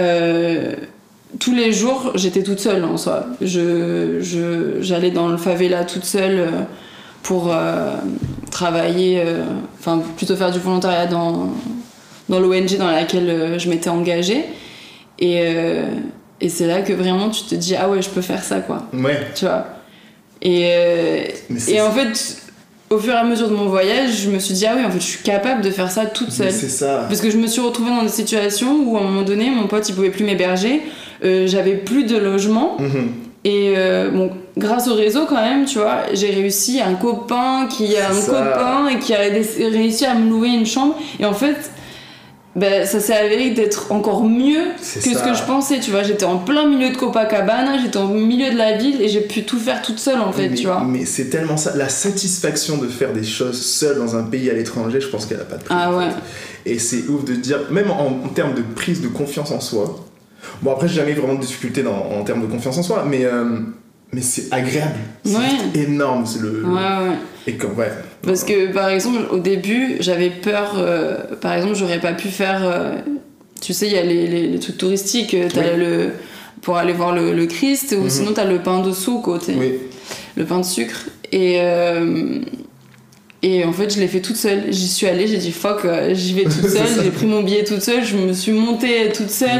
tous les jours j'étais toute seule en soi. J'allais dans le favela toute seule pour travailler, enfin plutôt faire du volontariat dans l'ONG dans laquelle je m'étais engagée. Et c'est là que vraiment tu te dis ah ouais, je peux faire ça quoi. Ouais. Tu vois. Et en fait, au fur et à mesure de mon voyage, je me suis dit ah oui, en fait je suis capable de faire ça toute seule. C'est ça. Parce que je me suis retrouvée dans des situations où à un moment donné mon pote il pouvait plus m'héberger, j'avais plus de logement. Et bon, grâce au réseau quand même, tu vois, j'ai réussi un copain qui a un copain et qui a réussi à me louer une chambre. Et en fait, ça s'est avéré d'être encore mieux que ce que je pensais, tu vois. J'étais en plein milieu de Copacabana, j'étais au milieu de la ville et j'ai pu tout faire toute seule en fait, tu vois. Mais c'est tellement ça, la satisfaction de faire des choses seule dans un pays à l'étranger, je pense qu'elle a pas de prix. Ah ouais. Et c'est ouf de dire, même en termes de prise de confiance en soi. Bon, après, j'ai jamais eu vraiment de difficulté en termes de confiance en soi, mais c'est agréable. C'est énorme. C'est Ouais. Et comme, Parce que, par exemple, au début, j'avais peur... par exemple, j'aurais pas pu faire... tu sais, il y a les trucs touristiques. T'as pour aller voir le Christ, ou sinon t'as le pain de sucre, le pain de sucre. Et en fait, je l'ai fait toute seule. J'y suis allée, j'ai dit fuck, j'y vais toute seule. J'ai pris mon billet toute seule, je me suis montée toute seule.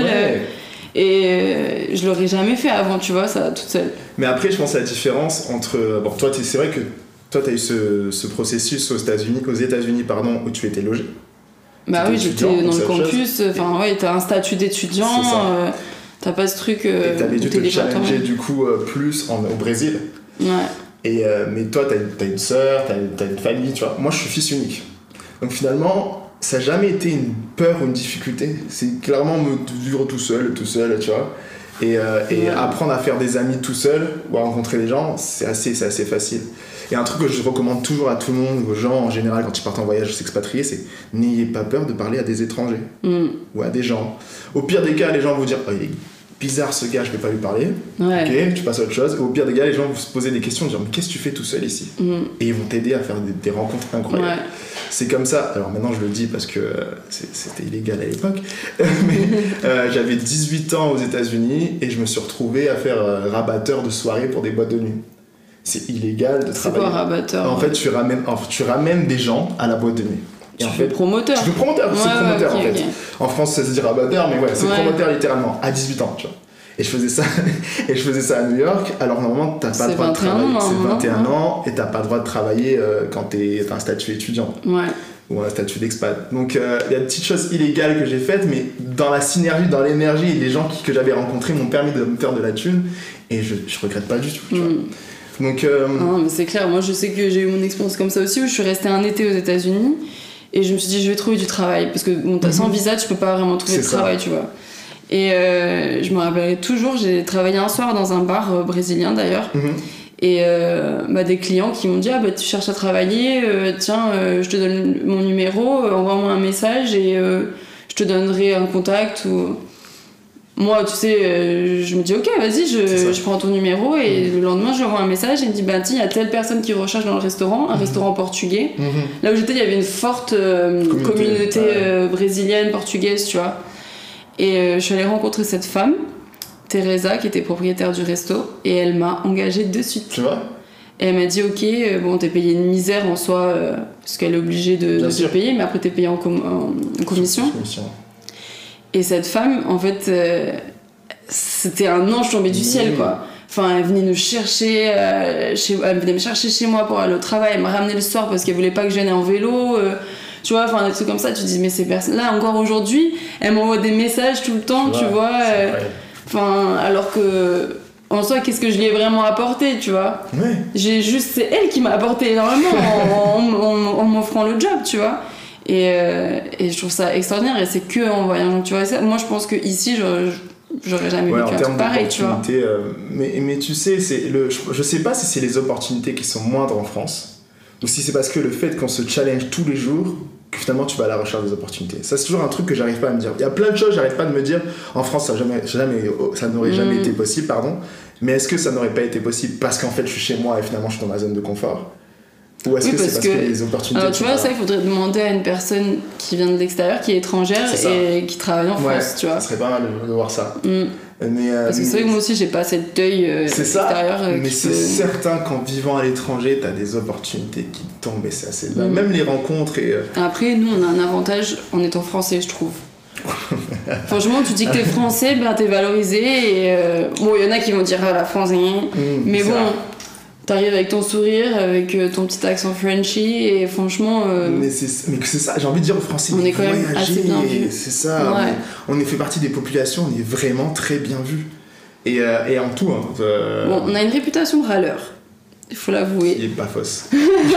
Et je l'aurais jamais fait avant, tu vois, ça, toute seule. Mais après, je pense à la différence entre... Bon, toi, c'est vrai que toi, t'as eu ce processus aux États-Unis, où tu étais logé. Bah oui, j'étais dans le campus. Enfin, ouais, t'as un statut d'étudiant. T'as pas ce truc. Et t'avais dû te challenger du coup plus au Brésil. Ouais. Mais toi, t'as une sœur, t'as une famille, tu vois. Moi, je suis fils unique. Donc finalement, ça n'a jamais été une peur ou une difficulté. C'est clairement me vivre tout seul, tu vois. Et apprendre à faire des amis tout seul ou à rencontrer des gens, c'est assez facile. Et un truc que je recommande toujours à tout le monde, aux gens en général quand ils partent en voyage s'expatrier, c'est n'ayez pas peur de parler à des étrangers ou à des gens. Au pire des cas, les gens vont vous dire oh, il est bizarre ce gars, je vais pas lui parler. Ouais. Ok, tu passes à autre chose. Au pire des cas, les gens vont se poser des questions, dire mais qu'est-ce que tu fais tout seul ici Et ils vont t'aider à faire des rencontres incroyables. Ouais. C'est comme ça. Alors maintenant je le dis parce que c'était illégal à l'époque, mais j'avais 18 ans aux États-Unis et je me suis retrouvé à faire rabatteur de soirée pour des boîtes de nuit. C'est illégal de travailler. C'est quoi rabatteur? En fait, tu ramènes des gens à la boîte de nuit. Et en fait, promoteur. Tu fais promoteur, c'est promoteur en fait. Okay. En France, ça se dit rabatteur, mais ouais, c'est promoteur littéralement, à 18 ans, tu vois. Et je faisais ça à New York. Alors normalement, t'as pas le droit de travailler. C'est 21 ans et t'as pas le droit de travailler quand t'as un statut étudiant. Ouais. Ou un statut d'expat. Donc il y a des petites choses illégales que j'ai faites, mais dans la synergie, dans l'énergie, les gens que j'avais rencontrés m'ont permis de me faire de la thune et je regrette pas du tout, tu vois. Donc, non, mais c'est clair, moi je sais que j'ai eu mon expérience comme ça aussi où je suis restée un été aux États-Unis et je me suis dit je vais trouver du travail parce que bon, sans visa tu peux pas vraiment trouver de travail, tu vois. Et je me rappellerai toujours, j'ai travaillé un soir dans un bar brésilien d'ailleurs et des clients qui m'ont dit ah bah tu cherches à travailler, tiens je te donne mon numéro, envoie-moi un message et je te donnerai un contact ou... Moi, tu sais, je me dis ok, vas-y, je prends ton numéro et le lendemain, je lui envoie un message et il me dit bah tiens, il y a telle personne qui recherche dans le restaurant, un restaurant portugais. Là où j'étais, il y avait une forte communauté brésilienne, portugaise, tu vois. Et je suis allée rencontrer cette femme, Teresa, qui était propriétaire du resto, et elle m'a engagée de suite. Tu vois ? Et elle m'a dit ok, bon, t'es payée une misère en soi, parce qu'elle est obligée de te payer, mais après t'es payée en commission. Et cette femme, en fait, c'était un ange tombé du ciel, quoi. Enfin, elle venait nous chercher, elle venait me chercher chez moi pour aller au travail, elle m'a ramené le soir parce qu'elle voulait pas que je vienne en vélo, tu vois, enfin des trucs comme ça. Tu te dis mais ces personnes-là, encore aujourd'hui, elle m'envoie des messages tout le temps, tu vois. Enfin, alors que en soi, qu'est-ce que je lui ai vraiment apporté, tu vois. C'est elle qui m'a apporté énormément en m'offrant le job, tu vois. Et je trouve ça extraordinaire et c'est que en voyageant, tu vois. Moi, je pense que ici, j'aurais jamais vécu un truc pareil, tu vois. Mais tu sais, je sais pas si c'est les opportunités qui sont moindres en France ou si c'est parce que le fait qu'on se challenge tous les jours que finalement tu vas à la recherche des opportunités. Ça, c'est toujours un truc que j'arrive pas à me dire. Il y a plein de choses, j'arrive pas de me dire en France, ça n'aurait jamais été possible, mais est-ce que ça n'aurait pas été possible parce qu'en fait je suis chez moi et finalement je suis dans ma zone de confort? Ou est-ce que c'est parce que les opportunités... Alors tu vois, ça il faudrait demander à une personne qui vient de l'extérieur, qui est étrangère et qui travaille en France, tu vois. Ça serait pas mal de voir ça. Parce que c'est vrai que moi aussi j'ai pas cet œil extérieur. Mais c'est certain qu'en vivant à l'étranger, t'as des opportunités qui tombent et c'est assez bien. Même les rencontres et... Après, nous on a un avantage en étant français, je trouve. Franchement, tu dis que t'es français, ben t'es valorisé et bon, il y en a qui vont dire la France, mais bon... T'arrives avec ton sourire, avec ton petit accent Frenchy et franchement... Mais c'est ça, j'ai envie de dire aux Français, on est quand même assez bien vus. C'est ça, on fait partie des populations, on est vraiment très bien vus. Et en tout... Bon, on a une réputation de râleur, il faut l'avouer. Qui est pas fausse.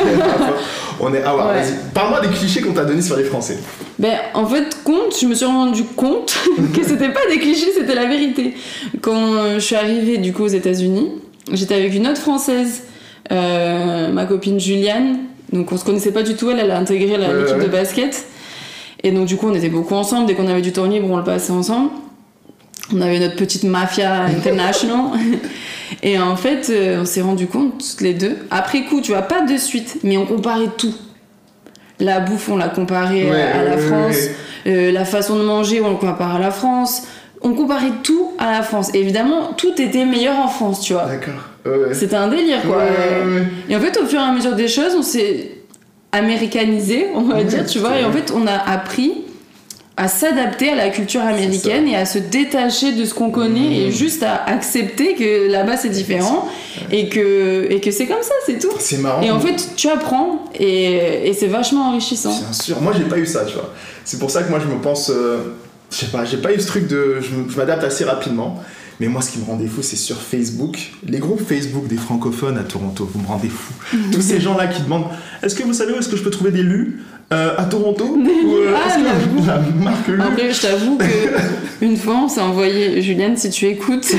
Vas-y, parle-moi des clichés qu'on t'a donnés sur les Français. Ben, en fait, je me suis rendu compte que c'était pas des clichés, c'était la vérité. Quand je suis arrivée du coup aux États-Unis, j'étais avec une autre Française, ma copine Juliane, donc on se connaissait pas du tout, elle a intégré l'équipe de basket, et donc du coup on était beaucoup ensemble, dès qu'on avait du temps libre on le passait ensemble, on avait notre petite mafia international, et en fait on s'est rendu compte toutes les deux, après coup tu vois, pas de suite, mais on comparait tout. La bouffe on l'a comparée à la France, la façon de manger on le compare à la France, on comparait tout à la France. Et évidemment, tout était meilleur en France, tu vois. D'accord. C'était un délire, quoi. Ouais. Et en fait, au fur et à mesure des choses, on s'est américanisé, on va dire, tu vois. Et en fait, on a appris à s'adapter à la culture américaine et à se détacher de ce qu'on connaît et juste à accepter que là-bas c'est différent et que c'est comme ça, c'est tout. C'est marrant. Et en fait, tu apprends et c'est vachement enrichissant. Bien sûr. Moi, j'ai pas eu ça, tu vois. C'est pour ça que moi, je me pense... je sais pas, j'ai pas eu ce truc de... Je m'adapte assez rapidement. Mais moi, ce qui me rendait fou, c'est sur Facebook. Les groupes Facebook des francophones à Toronto, vous me rendez fou. Tous ces gens-là qui demandent « Est-ce que vous savez où est-ce que je peux trouver des lus à Toronto ?» ou est-ce que la marque Lu. Après, je t'avoue qu'une fois, on s'est envoyé... Juliane, si tu écoutes...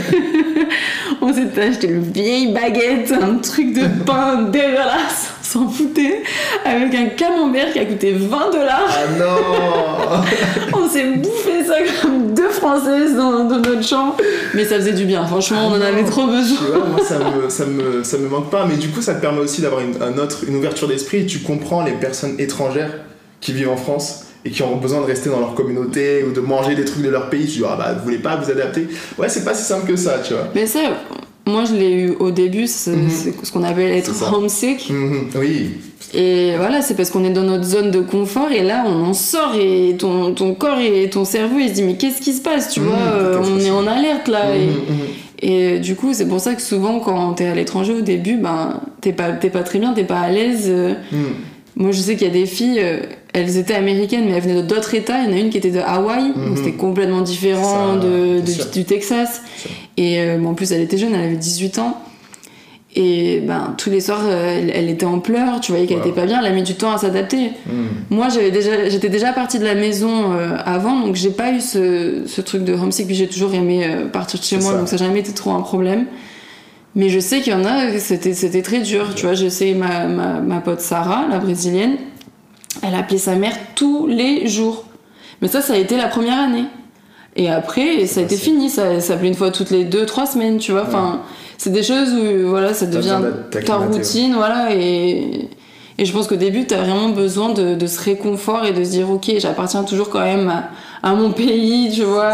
on s'est acheté une vieille baguette, un truc de pain dégueulasse, on s'en foutait, avec un camembert qui a coûté $20. Ah non. On s'est bouffé ça comme deux Françaises dans notre chambre, mais ça faisait du bien, franchement, on en avait trop besoin. Tu vois, moi ça me manque pas, mais du coup ça te permet aussi d'avoir une ouverture d'esprit et tu comprends les personnes étrangères qui vivent en France et qui ont besoin de rester dans leur communauté ou de manger des trucs de leur pays. Tu dis, ah bah vous voulez pas vous adapter. Ouais, c'est pas si simple que ça, tu vois. Mais ça, moi je l'ai eu au début, c'est ce qu'on appelle être homesick. Oui. Et voilà, c'est parce qu'on est dans notre zone de confort et là on en sort et ton corps et ton cerveau il se dit mais qu'est-ce qui se passe, tu vois, on est en alerte là. Et du coup c'est pour ça que souvent quand t'es à l'étranger au début, ben t'es pas très bien, t'es pas à l'aise. Moi je sais qu'il y a des filles, elles étaient américaines mais elles venaient d'autres états. Il y en a une qui était de Hawaï, donc c'était complètement différent du Texas. Et en plus elle était jeune, elle avait 18 ans. Et ben tous les soirs elle était en pleurs, tu voyais qu'elle était pas bien, elle a mis du temps à s'adapter. Moi j'étais déjà partie de la maison avant, donc j'ai pas eu ce truc de homesick, puis j'ai toujours aimé partir de chez moi, donc ça n'a jamais été trop un problème. Mais je sais qu'il y en a, c'était très dur, tu vois. Je sais ma pote Sarah, la brésilienne, elle appelait sa mère tous les jours. Mais ça a été la première année. Et après, ça a été fini, ça s'appelait une fois toutes les 2-3 semaines, tu vois. Enfin, c'est des choses où voilà, ça devient ta routine, voilà. Et je pense qu'au début, t'as vraiment besoin de ce réconfort et de se dire, ok, j'appartiens toujours quand même à mon pays, tu vois.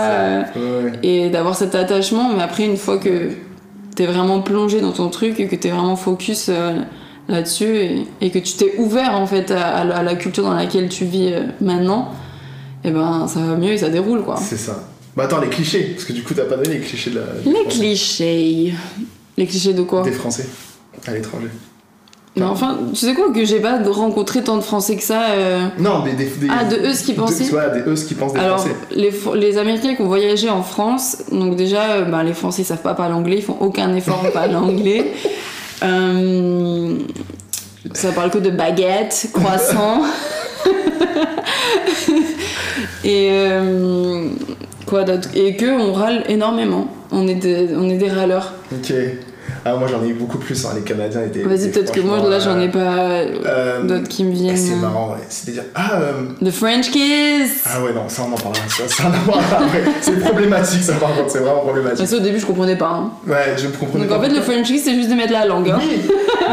Et d'avoir cet attachement. Mais après, une fois que t'es vraiment plongé dans ton truc et que t'es vraiment focus là-dessus et que tu t'es ouvert en fait à la culture dans laquelle tu vis maintenant, et ben ça va mieux et ça déroule, quoi. C'est ça. Bah attends, les clichés, parce que du coup t'as pas donné les clichés de la... Les clichés. Les clichés de quoi? Des Français à l'étranger. Mais enfin, tu sais quoi, que j'ai pas rencontré tant de Français que ça. Non, des de eux ce qu'ils pensaient. Des eux ce qu'ils pensent des Alors, Français. les Américains qui ont voyagé en France, donc déjà, les Français ils savent pas parler anglais, ils font aucun effort pour parler anglais. Ça parle que de baguettes, croissants. Et quoi d'autre? Et que on râle énormément. On est des râleurs. Ok. Ah, moi j'en ai eu beaucoup plus, hein. Les Canadiens étaient... Vas-y, peut-être que moi là j'en ai pas d'autres qui me viennent. C'est marrant, ouais. C'est-à-dire... The French kiss. Ah ouais, non, ça on en parlera. Ça on en parlera après. C'est problématique ça par contre, c'est vraiment problématique. Ça au début je comprenais pas. Hein. Ouais, je comprenais donc pas. Donc en fait le French kiss c'est juste de mettre la langue. Hein. Oui.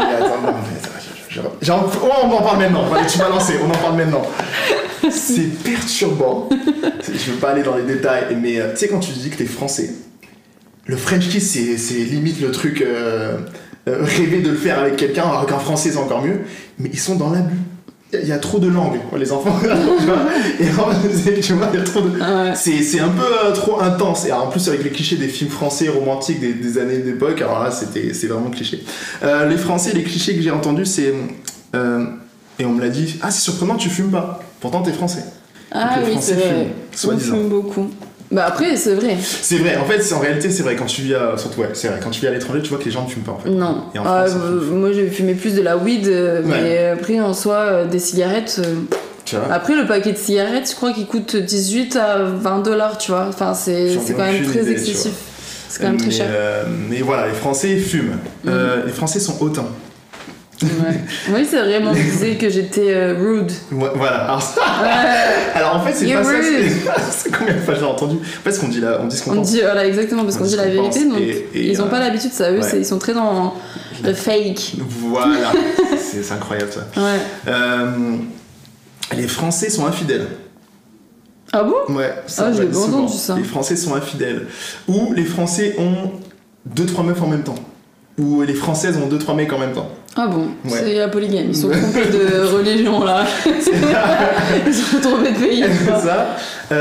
On en parle maintenant, tu m'as lancé, on en parle maintenant. C'est perturbant. Je veux pas aller dans les détails, mais tu sais quand tu dis que t'es français, le French kiss c'est limite le truc rêver de le faire avec quelqu'un, avec un français c'est encore mieux, mais ils sont dans l'abus. Il y a trop de langues, les enfants, tu vois, et tu vois, il y a trop de... C'est un peu trop intense, et alors, en plus avec les clichés des films français romantiques des années d'époque, alors là c'est vraiment cliché. Les Français, les clichés que j'ai entendus, c'est... et on me l'a dit, c'est surprenant, tu fumes pas, pourtant t'es français. Ah oui, c'est vrai, on fume beaucoup. Bah après, c'est vrai. C'est vrai, en fait, en réalité, c'est vrai, quand tu vis à... Surtout, ouais, c'est vrai, quand tu vis à l'étranger, tu vois que les gens ne fument pas, en fait. Non. Et en France, moi, j'ai fumé plus de la weed, mais après, en soi, des cigarettes... Tu vois. Après, le paquet de cigarettes, je crois qu'il coûte 18 à $20, tu vois. Enfin, c'est quand même très excessif. C'est quand même très cher. Mais voilà, les Français fument. Les Français sont hautains. Ouais. Oui, c'est vraiment disait que j'étais rude. Ouais, voilà. Alors en fait, c'est pas ça. C'est combien de fois j'ai entendu? En fait, ce qu'on dit là, on dit ce qu'on pense. On dit voilà, exactement, parce qu'on dit la vérité. Donc ils ont pas l'habitude, ça. Eux, ils sont très dans le fake. Voilà. C'est incroyable ça. Ouais. Les Français sont infidèles. Ah bon? Ouais. J'ai pas entendu ça. Les Français sont infidèles. Ou les Français ont 2-3 meufs en même temps. où les Françaises ont 2-3 mecs en même temps. Ah bon, Ouais. c'est la polygamie. Ils sont trompés de religion là. Ils sont trompés de pays. C'est ça.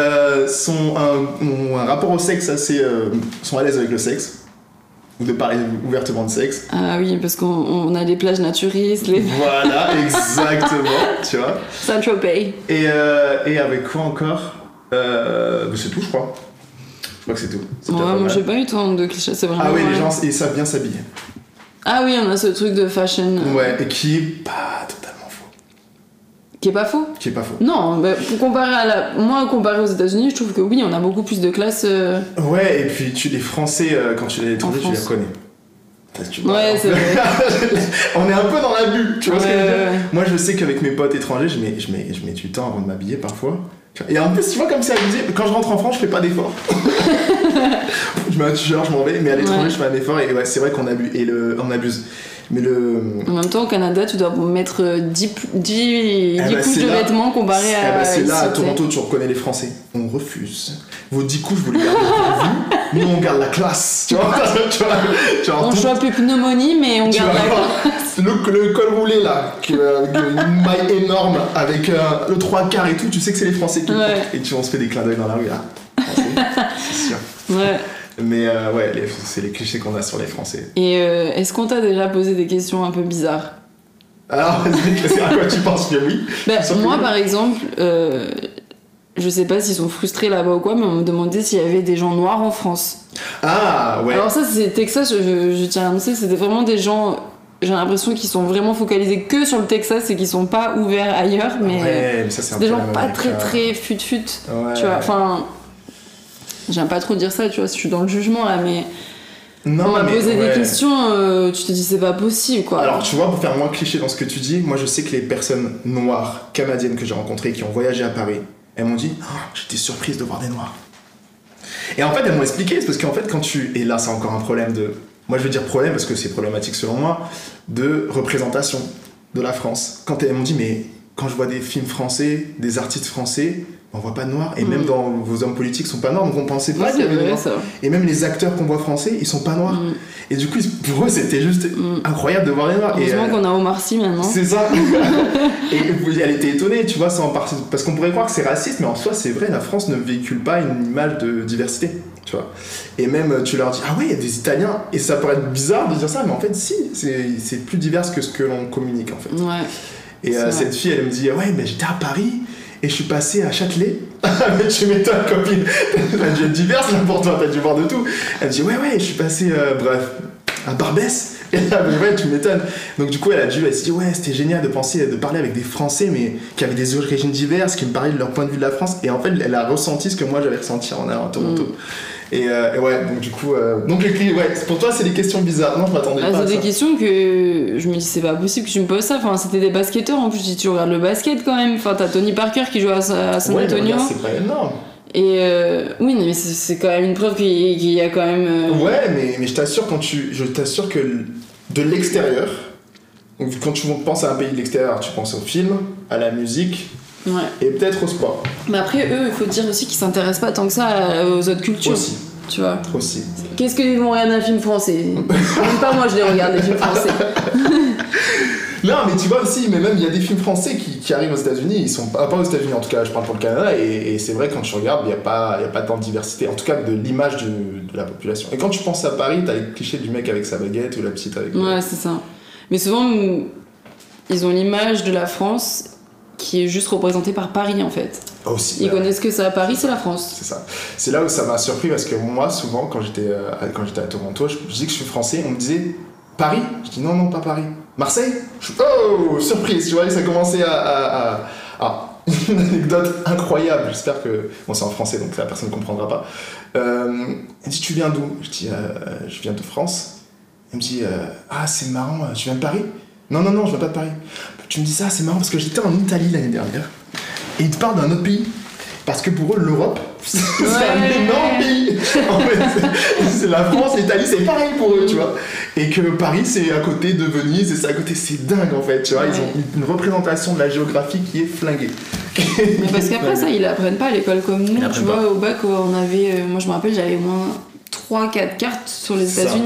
Ont un rapport au sexe assez. Sont à l'aise avec le sexe. Ou de parler ouvertement de sexe. Ah oui, parce qu'on a des plages naturistes, les. Voilà, exactement, tu vois. Saint-Tropez. Et avec quoi encore c'est tout, je crois. Je crois que c'est tout. C'est déjà pas Ouais, moi mal. j'ai pas eu tant de clichés, c'est vraiment. Ah oui, les gens ils savent bien s'habiller. Ah oui, on a ce truc de fashion. Ouais, et qui est pas totalement faux. Qui est pas faux. Qui est pas faux. Non, bah, pour comparer moi, comparé aux États-Unis, je trouve que oui, on a beaucoup plus de classes. Ouais, et puis les Français, quand tu es à l'étranger, tu les France. reconnais. Ouais, c'est vrai. On est un peu dans la bulle, tu vois ce que je veux dire. Ouais. Moi, je sais qu'avec mes potes étrangers, je mets du temps avant de m'habiller parfois. Et en plus, tu vois, comme c'est abusé, quand je rentre en France, je fais pas d'effort. Je mets un t-shirt, je m'en vais, mais à l'étranger, Ouais. je fais un effort, et ouais, c'est vrai qu'on abuse. On abuse. Mais En même temps, au Canada, tu dois mettre 10 bah, couches c'est de là. vêtements comparé à. C'est là, ici, à tu sais. Toronto, tu reconnais les Français. On refuse. Vos 10 couches, vous les gardez pour vous. Nous, on garde la classe. Tu vois, On chope pneumonie, mais on tu garde vas la voir classe. le col roulé là, avec une maille énorme, avec le 3/4 et tout, tu sais que c'est les Français qui le Ouais. portent. Et on se fait des clins d'œil dans la rue là. Français, c'est sûr. Ouais. Mais ouais, c'est les clichés qu'on a sur les Français. Et est-ce qu'on t'a déjà posé des questions un peu bizarres? Alors, vas-y, à quoi tu penses que oui? Bah, Sur moi, que- par exemple, je sais pas s'ils sont frustrés là-bas ou quoi, mais on me demandait s'il y avait des gens noirs en France. Ah, ouais. Alors ça, c'est Texas, je tiens à annoncer, c'était vraiment des gens, j'ai l'impression qu'ils sont vraiment focalisés que sur le Texas et qu'ils sont pas ouverts ailleurs, mais Ouais, mais ça, c'est un des gens problème pas avec, très fut-fut, Ouais. tu vois, enfin... J'aime pas trop dire ça, tu vois, si je suis dans le jugement là, mais Non, on m'a mais posé ouais. des questions, tu te dis c'est pas possible quoi. Alors, tu vois, pour faire moins cliché dans ce que tu dis, moi je sais que les personnes noires canadiennes que j'ai rencontrées qui ont voyagé à Paris, elles m'ont dit oh, j'étais surprise de voir des noirs. Et en fait, elles m'ont expliqué, c'est parce qu'en fait, quand tu. Et là, c'est encore un problème de. Moi, je veux dire problème parce que c'est problématique selon moi, de représentation de la France. Quand elles m'ont dit mais quand je vois des films français, des artistes français, on voit pas de noirs, et même dans vos hommes politiques sont pas noirs, donc on pensait pas Ouais, qu'il y c'est avait des vrai noirs. ça. Et même les acteurs qu'on voit français, ils sont pas noirs. Et du coup, pour eux, c'était juste incroyable de voir les noirs. Heureusement Et, qu'on a Omar Sy maintenant. c'est ça. Et elle était étonnée, tu vois, parce qu'on pourrait croire que c'est raciste, mais en soi, c'est vrai, la France ne véhicule pas une image de diversité, tu vois. Et même, tu leur dis, ah ouais, il y a des Italiens, et ça pourrait être bizarre de dire ça, mais en fait, si, c'est plus divers que ce que l'on communique, en fait. Ouais. Et C'est vrai. cette fille, elle me dit, ouais, mais j'étais à Paris, et je suis passé à Châtelet. Mais tu m'étonnes, copine. T'as dû être diverse là pour toi, t'as dû voir de tout. Elle me dit, ouais, je suis passé, bref, à Barbès. Et là, mais ouais, tu m'étonnes. Donc, du coup, elle s'est dit, ouais, c'était génial de parler avec des Français, mais qui avaient des origines diverses, qui me parlaient de leur point de vue de la France. Et en fait, elle a ressenti ce que moi j'avais ressenti en allant à Toronto. Et ouais, donc du coup, ouais, pour toi, c'est des questions bizarres. Non, je m'attendais Ah, pas à c'est ça. des questions que je me dis c'est pas possible que tu me poses ça. Enfin, c'était des basketteurs en plus. Je dis tu regardes le basket quand même. Enfin, t'as Tony Parker qui joue à San Ouais, mais Antonio. regarde, c'est pas énorme. Et oui, mais c'est quand même une preuve qu'il y a quand même. Ouais, mais je t'assure que de l'extérieur, donc quand tu penses à un pays de l'extérieur, tu penses au film, à la musique Ouais. et peut-être au sport Mais après, eux, il faut dire aussi qu'ils s'intéressent pas tant que ça aux autres cultures. aussi. Tu vois. Aussi. Qu'est-ce qu'ils vont regarder un film français? Même pas moi, je les regarde les films français. Non, mais tu vois aussi, mais même il y a des films français qui arrivent aux États-Unis, ils sont pas aux États-Unis en tout cas, je parle pour le Canada, et c'est vrai quand tu regardes, il n'y a pas tant de diversité, en tout cas de l'image de la population. Et quand tu penses à Paris, t'as les clichés du mec avec sa baguette ou la petite avec. Ouais, c'est ça. Mais souvent, ils ont l'image de la France qui est juste représentée par Paris en fait. Aussi. Ils connaissent que ça. Paris, c'est la France. C'est ça. C'est là où ça m'a surpris parce que moi, souvent, quand j'étais à Toronto, je dis que je suis français, on me disait Paris. Je dis non, pas Paris. Marseille. Oh, surprise, tu vois, ça commençait à... une anecdote incroyable. J'espère que... Bon, c'est en français, donc la personne ne comprendra pas. Elle dit, tu viens d'où? Je dis, je viens de France. Elle me dit, ah, c'est marrant, tu viens de Paris? Non, je viens pas de Paris. Tu me dis ça, c'est marrant parce que j'étais en Italie l'année dernière. Et ils te parlent d'un autre pays. Parce que pour eux, l'Europe, c'est un énorme pays. En fait, c'est la France, l'Italie, c'est pareil pour eux, tu vois. Et que Paris, c'est à côté de Venise, et c'est à côté, c'est dingue en fait, tu vois. Ils ont une représentation de la géographie qui est flinguée. Mais parce qu'après ça, ils apprennent pas à l'école comme nous. Tu vois, au bac, on avait. Moi, je me rappelle, j'avais au moins 3-4 cartes sur les Ça. États-Unis.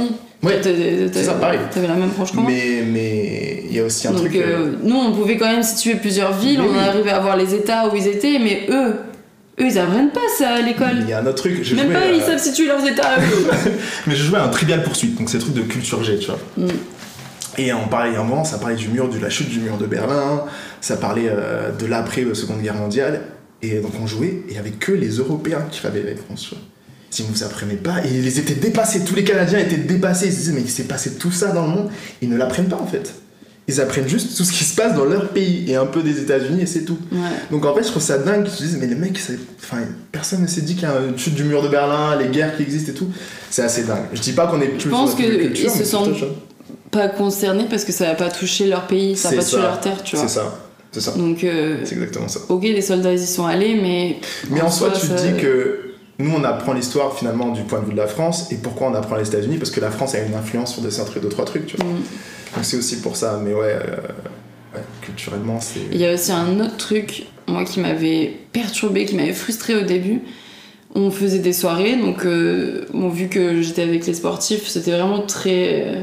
Ouais, c'est ça, pareil. T'avais la même branche que moi. Mais il y a aussi un donc, truc... nous, on pouvait quand même situer plusieurs villes, on arrivait à voir les états où ils étaient, mais eux, ils apprennent pas ça à l'école. Il y a un autre truc... Même pas, ils savent situer leurs états à eux. Mais je jouais à un Trivial Pursuit, donc c'est un truc de culture G, tu vois. Et on parlait, à un moment, ça parlait de la chute du mur de Berlin, ça parlait de l'après-Seconde Guerre mondiale, et donc on jouait, et il n'y avait que les Européens qui avaient les réponses, tu vois. Si vous apprenez pas, et ils étaient dépassés, tous les Canadiens étaient dépassés, ils se disaient mais il s'est passé tout ça dans le monde, ils ne l'apprennent pas en fait. Ils apprennent juste tout ce qui se passe dans leur pays et un peu des États-Unis et c'est tout. Ouais. Donc en fait je trouve ça dingue, je me dis mais les mecs, personne ne s'est dit qu'il y a une chute du mur de Berlin, les guerres qui existent et tout, c'est assez dingue. Je dis pas qu'on est plus... Je pense qu'ils se sentent pas concernés parce que ça va pas toucher leur pays, ça va pas toucher leur terre, tu vois. C'est ça. Donc c'est exactement ça. Ok, les soldats ils y sont allés, mais en soi tu te dis que nous, on apprend l'histoire finalement du point de vue de la France, et pourquoi on apprend les États-Unis? Parce que la France a une influence sur deux, trois trucs, tu vois. Donc c'est aussi pour ça, mais ouais, culturellement, c'est... Il y a aussi un autre truc, moi, qui m'avait perturbée, qui m'avait frustrée au début. On faisait des soirées, donc vu que j'étais avec les sportifs, c'était vraiment très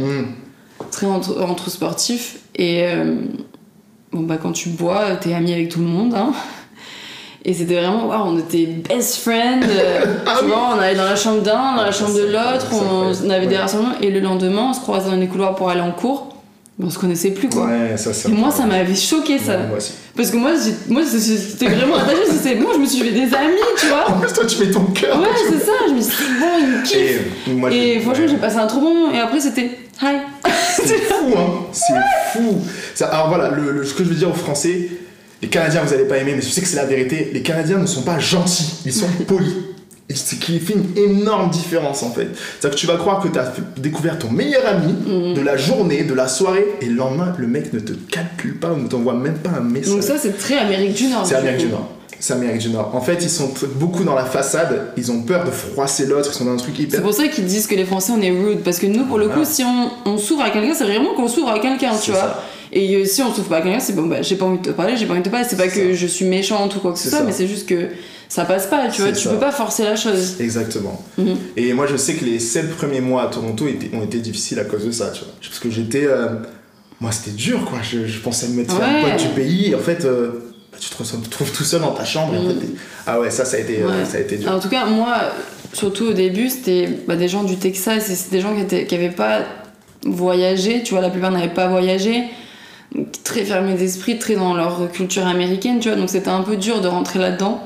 entre sportifs, et quand tu bois, t'es ami avec tout le monde, hein. Et c'était vraiment, on était best friends, tu vois, on allait dans la chambre d'un, dans la chambre de l'autre, on avait des rassemblements, et le lendemain, on se croisait dans les couloirs pour aller en cours, mais on se connaissait plus, quoi. Ouais, ça, et moi, ça m'avait choqué, ça. Ouais, moi aussi. Parce que moi c'était vraiment attaché, moi, je me suis fait des amis, tu vois. En plus, toi, tu mets ton cœur. Ouais, c'est ça, je me suis dit, bon, il me kiffe. Et franchement, j'ai passé un trop bon moment, et après, c'était hi. C'est fou, hein, c'est fou. Ça, alors voilà, ce que je veux dire aux Français, les Canadiens, vous allez pas aimer, mais je sais que c'est la vérité, les Canadiens ne sont pas gentils, ils sont polis. Et c'est qui fait une énorme différence en fait. C'est-à-dire que tu vas croire que tu as découvert ton meilleur ami de la journée, de la soirée, et le lendemain, le mec ne te calcule pas ou ne t'envoie même pas un message. Donc ça, c'est très Amérique du Nord. C'est Amérique du Nord. En fait, ils sont beaucoup dans la façade, ils ont peur de froisser l'autre, ils sont dans un truc hyper... C'est pour ça qu'ils disent que les Français, on est rude, parce que nous, pour le coup, si on s'ouvre à quelqu'un, c'est vraiment qu'on s'ouvre à quelqu'un, tu vois. Ça. Et si on s'ouvre pas à quelqu'un, c'est bon, j'ai pas envie de te parler, c'est pas que je suis méchante ou quoi que ce soit, mais c'est juste que ça passe pas, tu vois, tu peux pas forcer la chose. Exactement. Et moi, je sais que les 7 premiers mois à Toronto ont été difficiles à cause de ça, tu vois. Parce que j'étais... moi, c'était dur, quoi. Je pensais me mettre un pote du pays, et en fait... tu te retrouves tout seul dans ta chambre et en fait, ah ouais, ça a été dur. Alors, en tout cas, moi, surtout au début, c'était des gens du Texas et c'était des gens qui avaient pas voyagé, tu vois, la plupart n'avaient pas voyagé, très fermés d'esprit, très dans leur culture américaine, tu vois, donc c'était un peu dur de rentrer là-dedans.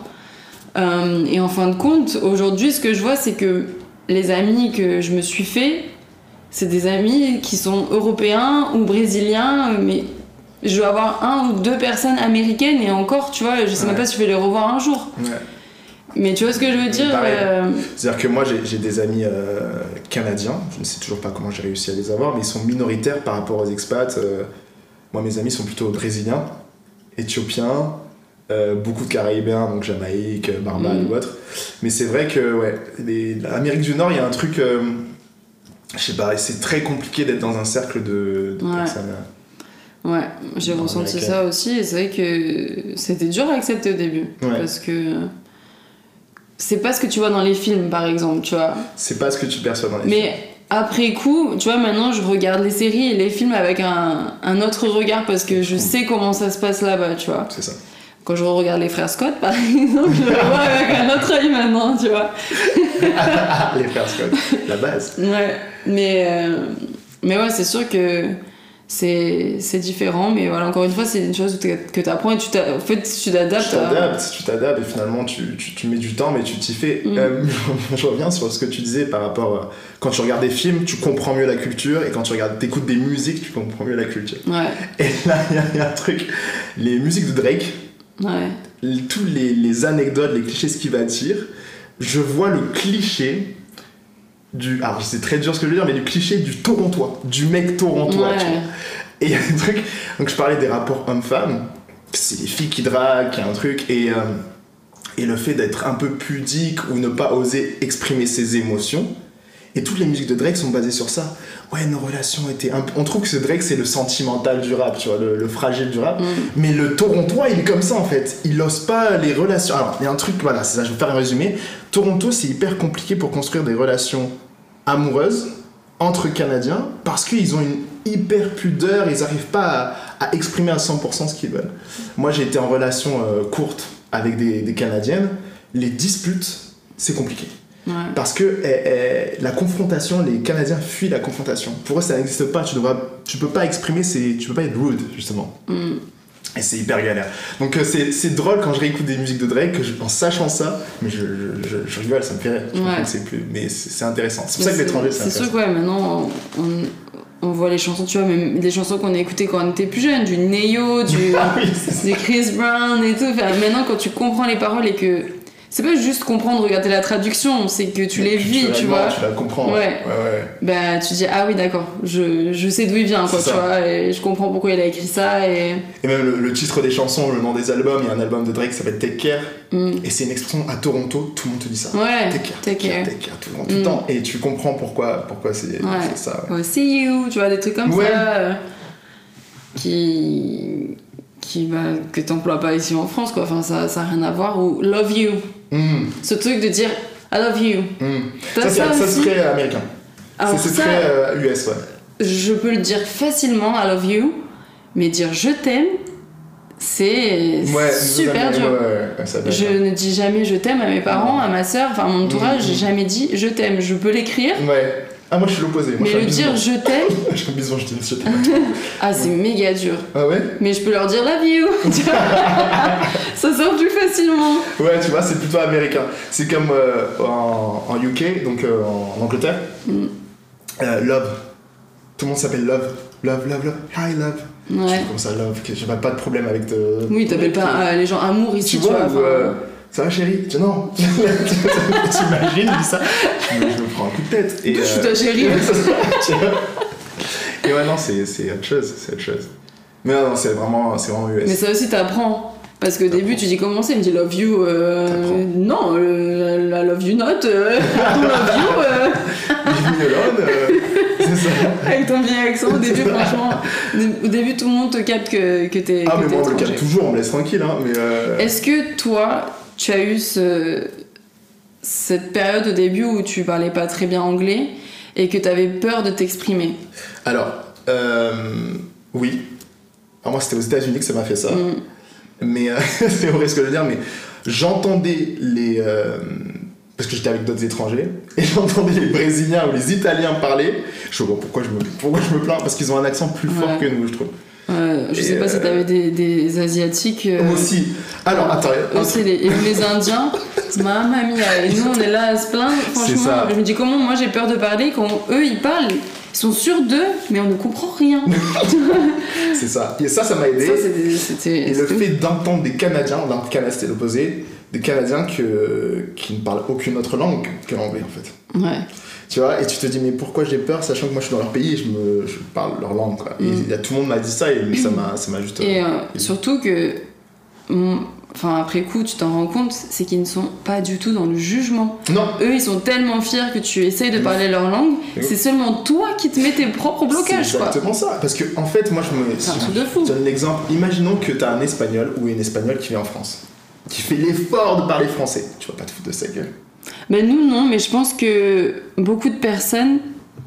Et en fin de compte, aujourd'hui, ce que je vois, c'est que les amis que je me suis fait, c'est des amis qui sont européens ou brésiliens, mais je dois avoir 1 ou 2 personnes américaines et encore, tu vois, je sais même pas si je vais les revoir un jour. Ouais. Mais tu vois ce que je veux dire C'est-à-dire que moi, j'ai des amis canadiens, je ne sais toujours pas comment j'ai réussi à les avoir, mais ils sont minoritaires par rapport aux expats. Moi, mes amis sont plutôt brésiliens, éthiopiens, beaucoup de Caraïbéens, donc Jamaïque, Barbade ou autre. Mais c'est vrai que, l'Amérique du Nord, il y a un truc, je sais pas, c'est très compliqué d'être dans un cercle de personnes. Ouais, j'ai ressenti ça aussi et c'est vrai que c'était dur à accepter au début parce que c'est pas ce que tu vois dans les films par exemple, tu vois. C'est pas ce que tu perçois dans les films. Mais après coup, tu vois, maintenant je regarde les séries et les films avec un autre regard parce que je sais comment ça se passe là-bas, tu vois. C'est ça. Quand je regarde les frères Scott par exemple, je le vois avec un autre œil maintenant, tu vois. Les frères Scott, la base. Ouais, mais ouais, c'est sûr que c'est différent, mais voilà, encore une fois, c'est une chose que tu apprends et tu t'adaptes. Tu t'adaptes et finalement tu mets du temps, mais tu t'y fais. Je reviens sur ce que tu disais par rapport. Quand tu regardes des films, tu comprends mieux la culture, et quand t'écoutes des musiques, tu comprends mieux la culture. Ouais. Et là, il y a un truc. Les musiques de Drake, tous les anecdotes, les clichés, ce qu'il va dire, je vois le cliché. Alors c'est très dur ce que je veux dire, mais du cliché du Torontois, du mec Torontois, tu vois. Et il y a des trucs, donc je parlais des rapports hommes-femmes, c'est les filles qui draguent, il y a un truc, et le fait d'être un peu pudique ou ne pas oser exprimer ses émotions, et toutes les musiques de Drake sont basées sur ça. Ouais, nos relations étaient on trouve que Drake c'est le sentimental du rap, tu vois, le fragile du rap, mais le Torontois il est comme ça en fait, il ose pas les relations. Alors il y a un truc, voilà, c'est ça, je vais faire un résumé. Toronto c'est hyper compliqué pour construire des relations amoureuses entre Canadiens parce qu'ils ont une hyper pudeur, ils n'arrivent pas à exprimer à 100% ce qu'ils veulent. Moi, j'ai été en relation courte avec des Canadiennes. Les disputes, c'est compliqué. Ouais. Parce que la confrontation, les Canadiens fuient la confrontation. Pour eux, ça n'existe pas. Tu peux pas exprimer, tu peux pas être rude, justement. Et c'est hyper galère. Donc c'est drôle quand je réécoute des musiques de Drake, en sachant ça, mais je rigole, ça me fait rire. Mais c'est intéressant. C'est pour ça que l'étranger, c'est intéressant. C'est sûr que ouais, maintenant, on voit les chansons, tu vois, même des chansons qu'on a écoutées quand on était plus jeune, du Neo, du Chris Brown et tout. Enfin, maintenant, quand tu comprends les paroles et que... C'est pas juste comprendre, regarder la traduction, c'est que tu les vis, tu vois. Tu la comprends. Ouais. Bah, tu dis, ah oui, d'accord, je sais d'où il vient, quoi, tu vois, et je comprends pourquoi il a écrit ça. Et même le titre des chansons, le nom des albums, il y a un album de Drake qui s'appelle Take Care, et c'est une expression à Toronto, tout le monde te dit ça. Ouais, Take care, tout le temps. Et tu comprends pourquoi c'est ça. Ouais. See you, tu vois, des trucs comme ça, que t'emploies pas ici en France, quoi. Enfin, ça a rien à voir. Ou love you. Ce truc de dire I love you. Ça serait américain. Alors c'est très US, ouais. Je peux le dire facilement, I love you, mais dire je t'aime, c'est super dur. Je ne dis jamais je t'aime à mes parents, à ma soeur, enfin à mon entourage, j'ai jamais dit je t'aime. Je peux l'écrire. Ouais. Ah, moi je suis l'opposé. Mais le dire je t'aime. Je suis un bison, je dis je t'aime. Ah, c'est méga dur. Ah ouais? Mais je peux leur dire love you. Ça sort plus facilement. Ouais, tu vois, c'est plutôt américain. C'est comme en UK, donc en Angleterre. Love. Tout le monde s'appelle Love. Love. Hi, love. Ouais. Comme ça, Love. J'ai pas de problème avec Oui, t'appelles pas les gens amour ici, tu vois. Ça va chérie? Non. T'imagines, dis ça? Je me prends un coup de tête. Je suis ta chérie. Et ouais, non, c'est autre chose. Mais non, c'est vraiment US. Mais ça aussi, t'apprends. Parce qu'au début, tu dis comment c'est? Il me dit love you. Non, la love you not. I love you. Leave me alone. C'est ça. Avec ton vieil accent, au début, franchement. Au début, tout le monde te capte que t'es. Ah, mais moi, on me le capte toujours, on me laisse tranquille. Hein, mais Est-ce que toi, tu as eu cette période au début où tu parlais pas très bien anglais et que t'avais peur de t'exprimer? Alors, oui. Alors moi, c'était aux États-Unis que ça m'a fait ça. Mais c'est horrible ce que je veux dire, mais j'entendais les. Parce que j'étais avec d'autres étrangers, et j'entendais les Brésiliens ou les Italiens parler. Je me dis, pourquoi je me plains? Parce qu'ils ont un accent plus fort que nous, je trouve. Je sais pas si t'avais des Asiatiques. Aussi. Alors, attends. Aussi, les Indiens, mamma mia. Et nous, on est là à se plaindre. Franchement, je me dis, comment moi j'ai peur de parler quand eux ils parlent? Ils sont sûrs d'eux, mais on ne comprend rien. C'est ça. Et ça m'a aidé. Et le fait d'entendre des Canadiens, dans le Canada c'était l'opposé, des Canadiens qui ne parlent aucune autre langue que l'anglais en fait. Ouais. Tu vois, et tu te dis mais pourquoi j'ai peur sachant que moi je suis dans leur pays et je parle leur langue quoi. Et tout le monde m'a dit ça et ça m'a juste. Et surtout que après coup tu t'en rends compte, c'est qu'ils ne sont pas du tout dans le jugement. Non. Eux ils sont tellement fiers que tu essayes de parler leur langue, c'est seulement toi qui te mets tes propres blocages. C'est exactement ça, parce que en fait moi c'est un truc de fou. Je donne l'exemple, imaginons que t'as un Espagnol ou une Espagnole qui vient en France, qui fait l'effort de parler français, tu vas pas te foutre de sa gueule. Ben nous non, mais je pense que beaucoup de personnes,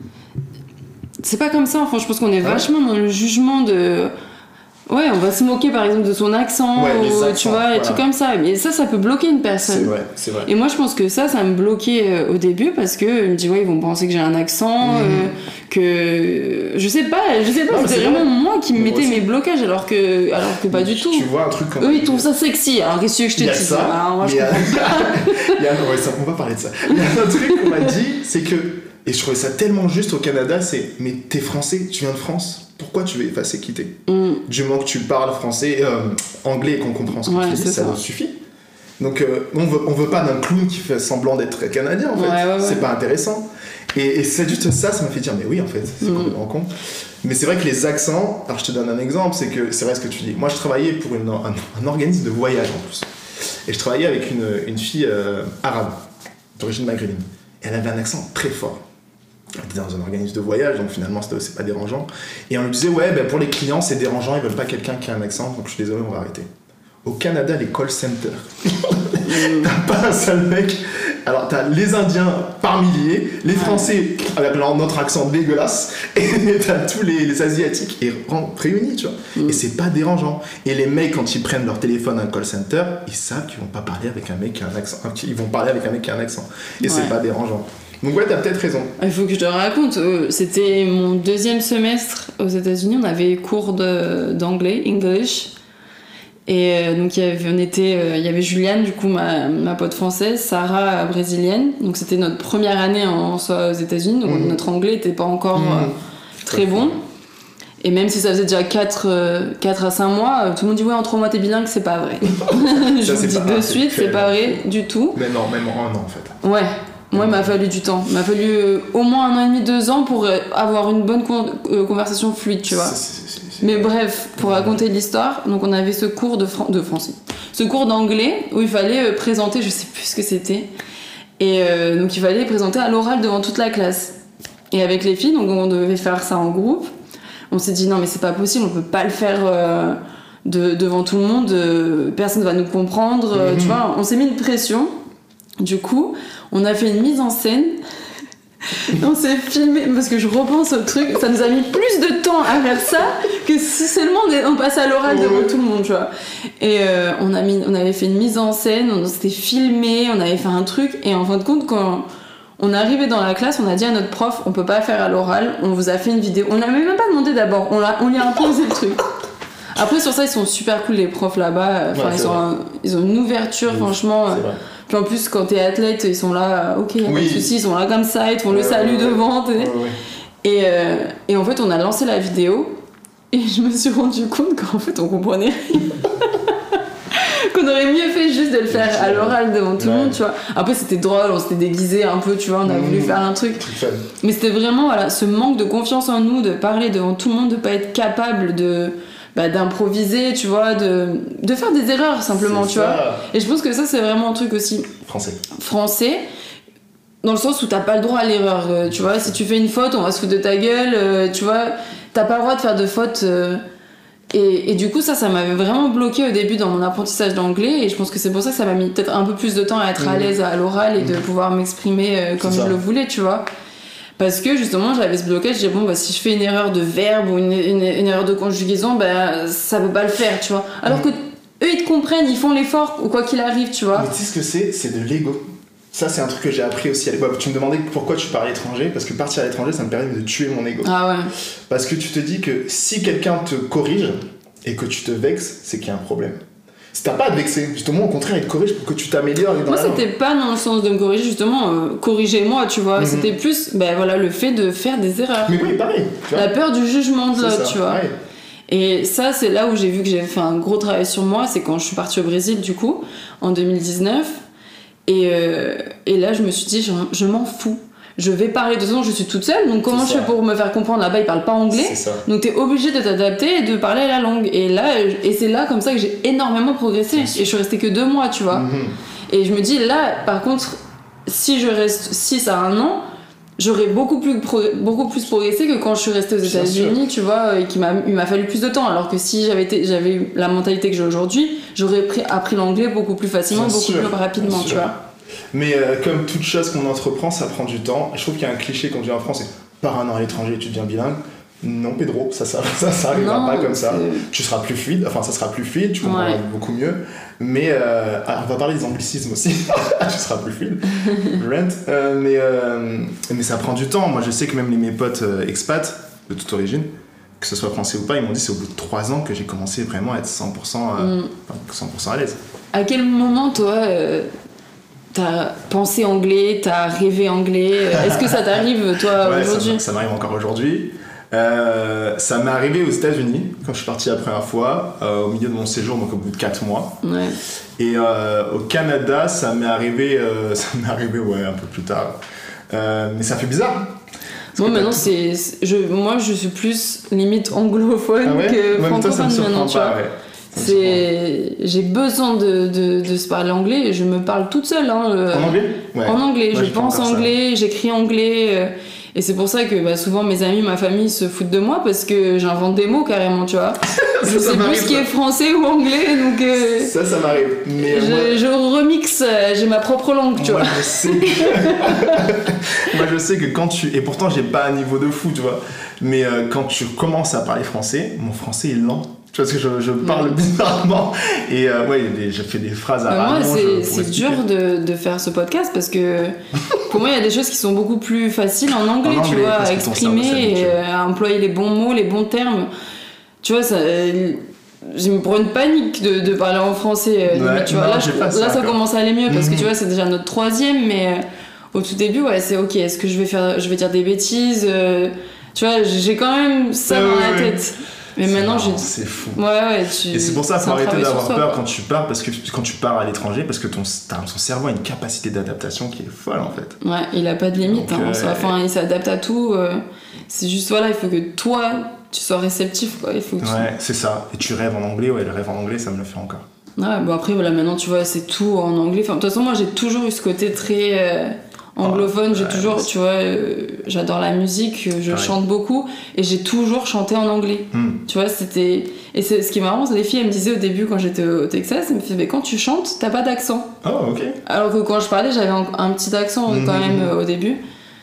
c'est pas comme ça. Enfin, je pense qu'on est vachement dans le jugement de. Ouais, on va se moquer par exemple de son accent, tu vois, et tout comme ça. Mais ça peut bloquer une personne. C'est vrai. Et moi je pense que ça me bloquait au début parce que je me dis ils vont penser que j'ai un accent, que je sais pas, c'était vraiment moi qui me mettais mes blocages alors que pas du tout. Tu vois un truc comme eux ils trouvent ça sexy. Alors qu'est-ce que je te dis ça? Alors moi je comprends. On va parler de ça. Il y a un truc qu'on m'a dit, c'est que et je trouvais ça tellement juste au Canada, c'est mais t'es français, tu viens de France. Pourquoi tu veux effacer quitter? Du moment que tu parles français, anglais et qu'on comprend ce que tu dis, ça nous suffit. Donc on veut pas d'un clown qui fait semblant d'être canadien en fait. C'est pas intéressant. Et c'est juste ça m'a fait dire mais oui en fait, c'est complètement con. Mais c'est vrai que les accents, alors je te donne un exemple, c'est vrai ce que tu dis. Moi je travaillais pour un organisme de voyage en plus. Et je travaillais avec une fille arabe, d'origine maghrébine. Et elle avait un accent très fort. On était dans un organisme de voyage, donc finalement c'est pas dérangeant. Et on lui disait, pour les clients c'est dérangeant, ils veulent pas quelqu'un qui a un accent, donc je suis désolé, on va arrêter. Au Canada, les call centers, t'as pas un seul mec Alors t'as les Indiens par milliers, les Français avec notre accent dégueulasse, et t'as tous les Asiatiques réunis, tu vois. Et c'est pas dérangeant. Et les mecs, quand ils prennent leur téléphone à un call center, ils savent qu'ils vont pas parler avec un mec qui a un accent. Ils vont parler avec un mec qui a un accent. Et c'est pas dérangeant. Donc ouais, t'as peut-être raison. Il faut que je te raconte. C'était mon 2e semestre aux États-Unis. On avait cours d'anglais, English. Et donc il y avait Juliane, du coup ma pote française, Sarah brésilienne. Donc c'était notre première année en soi aux États-Unis. Donc notre anglais était pas encore très bon. Et même si ça faisait déjà 4 à 5 mois, tout le monde dit ouais, en 3 mois t'es bilingue, c'est pas vrai. Je vous dis de suite, c'est pas vrai du tout. Mais non, même en 1 an en fait. Ouais. Moi, il m'a fallu du temps. Il m'a fallu au moins 1 an et demi, 2 ans pour avoir une bonne conversation fluide, tu vois. Mais bref, pour raconter l'histoire, donc on avait ce cours de français. Ce cours d'anglais où il fallait présenter, je sais plus ce que c'était. Et donc il fallait présenter à l'oral devant toute la classe. Et avec les filles, donc on devait faire ça en groupe. On s'est dit non mais c'est pas possible, on peut pas le faire devant tout le monde, personne va nous comprendre, tu vois. On s'est mis une pression. Du coup, on a fait une mise en scène, on s'est filmé, parce que je repense au truc, ça nous a mis plus de temps à faire ça que si seulement on passait à l'oral devant tout le monde, tu vois. Et on avait fait une mise en scène, on s'était filmé, on avait fait un truc, et en fin de compte, quand on est arrivé dans la classe, on a dit à notre prof, on peut pas faire à l'oral, on vous a fait une vidéo. On n'avait même pas demandé d'abord, on lui a imposé le truc. Après, sur ça, ils sont super cool, les profs là-bas, ils ont une ouverture, franchement. Puis en plus, quand t'es athlète, ils sont là, ok, y'a pas de soucis, ils sont là comme ça, ils te font le salut devant. Et en fait, on a lancé la vidéo et je me suis rendu compte qu'en fait, on comprenait rien. Qu'on aurait mieux fait juste de le faire à l'oral devant tout le monde, tu vois. Après, c'était drôle, on s'était déguisé un peu, tu vois, on a voulu faire un truc. Mais c'était vraiment, voilà, ce manque de confiance en nous, de parler devant tout le monde, de pas être capable d'improviser, tu vois, de faire des erreurs simplement, tu vois. Et je pense que ça, c'est vraiment un truc aussi français, dans le sens où t'as pas le droit à l'erreur, tu vois. Si tu fais une faute, on va se foutre de ta gueule, tu vois. T'as pas le droit de faire de fautes. Et du coup, ça m'avait vraiment bloqué au début dans mon apprentissage d'anglais. Et je pense que c'est pour ça que ça m'a mis peut-être un peu plus de temps à être à l'aise à l'oral et de pouvoir m'exprimer comme je le voulais, tu vois. Parce que justement j'avais ce blocage, je disais bon si je fais une erreur de verbe ou une erreur de conjugaison, ça peut pas le faire, tu vois. Alors que eux ils te comprennent, ils font l'effort ou quoi qu'il arrive, tu vois. Mais tu sais ce que c'est de l'ego. Ça c'est un truc que j'ai appris aussi à l'époque. Tu me demandais pourquoi tu pars à l'étranger, parce que partir à l'étranger ça me permet de tuer mon ego. Ah ouais. Parce que tu te dis que si quelqu'un te corrige et que tu te vexes, c'est qu'il y a un problème. Si t'as pas à te vexer, justement au contraire il te corrige pour que tu t'améliores. Moi c'était pas dans le sens de me corriger, justement corrigez-moi, tu vois. C'était plus le fait de faire des erreurs. Mais oui, pareil, tu vois. La peur du jugement de l'autre, tu vois. Ouais. Et ça c'est là où j'ai vu que j'avais fait un gros travail sur moi, c'est quand je suis partie au Brésil du coup en 2019 et là je me suis dit je m'en fous. Je vais parler, de toute façon je suis toute seule, donc comment je fais pour me faire comprendre? Là-bas ils parlent pas anglais, donc t'es obligé de t'adapter et de parler la langue. Et c'est là comme ça que j'ai énormément progressé. Et je suis restée que 2 mois, tu vois. Et je me dis là, par contre, si je reste 6 à 1 an, j'aurais beaucoup plus progressé que quand je suis restée aux États-Unis, tu vois, et il m'a fallu plus de temps. Alors que si j'avais eu la mentalité que j'ai aujourd'hui, j'aurais appris l'anglais beaucoup plus facilement, beaucoup plus rapidement, tu vois. Mais comme toute chose qu'on entreprend, ça prend du temps. Je trouve qu'il y a un cliché quand on vient en France, c'est pars 1 an à l'étranger et tu deviens bilingue. Non, Pedro, ça arrivera pas comme ça. Tu seras plus fluide, ça sera plus fluide, tu comprendras beaucoup mieux. Mais on va parler des anglicismes aussi. Tu seras plus fluide. Mais ça prend du temps. Moi, je sais que même mes potes expats de toute origine, que ce soit français ou pas, ils m'ont dit c'est au bout de 3 ans que j'ai commencé vraiment à être 100% à l'aise. À quel moment, toi, t'as pensé anglais, t'as rêvé anglais? Est-ce que ça t'arrive, toi, aujourd'hui? Ça m'arrive encore aujourd'hui. Ça m'est arrivé aux États-Unis quand je suis parti la première fois, au milieu de mon séjour, donc au bout de 4 mois. Ouais. Et au Canada, ça m'est arrivé un peu plus tard. Mais ça fait bizarre. Moi maintenant je suis plus limite anglophone que francophone maintenant, tu vois. J'ai besoin de se parler anglais et je me parle toute seule. En anglais? Ouais. En anglais, je pense anglais, j'écris anglais. Et c'est pour ça que souvent mes amis, ma famille se foutent de moi parce que j'invente des mots carrément, tu vois. je sais plus ce qui est français ou anglais, donc ça m'arrive. Mais je remixe, j'ai ma propre langue, tu vois. Moi je sais que quand tu... Et pourtant j'ai pas un niveau de fou, tu vois. Mais quand tu commences à parler français, mon français est lent. Tu vois, parce que je parle bizarrement. Et j'ai fait des phrases à moi, rallonge. c'est dur de faire ce podcast parce que pour moi, il y a des choses qui sont beaucoup plus faciles en anglais, tu vois, à exprimer et à employer les bons mots, les bons termes. Tu vois, ça... je me prends une panique de parler en français. Tu vois, là, ça commence à aller mieux parce que tu vois, c'est déjà notre 3e, mais au tout début, c'est ok. Est-ce que je vais dire des bêtises tu vois, j'ai quand même ça dans la tête. Mais maintenant, c'est fou. Et c'est pour ça qu'il faut arrêter d'avoir peur quand tu pars, parce que quand tu pars à l'étranger, parce que ton cerveau a une capacité d'adaptation qui est folle en fait. Ouais, il a pas de limite. Donc, il s'adapte à tout. C'est juste il faut que toi, tu sois réceptif, quoi. Il faut que c'est ça. Et tu rêves en anglais, le rêve en anglais, ça me le fait encore. Ouais, bon après, maintenant, tu vois, c'est tout en anglais. Enfin, de toute façon, moi, j'ai toujours eu ce côté très... anglophone, j'ai toujours, tu vois, j'adore la musique, je chante beaucoup et j'ai toujours chanté en anglais. Tu vois, c'était... Et ce qui est marrant, les filles, elles me disaient au début quand j'étais au Texas, elles me disaient, mais quand tu chantes, t'as pas d'accent. Oh, ok. Alors que quand je parlais, j'avais un petit accent quand même au début.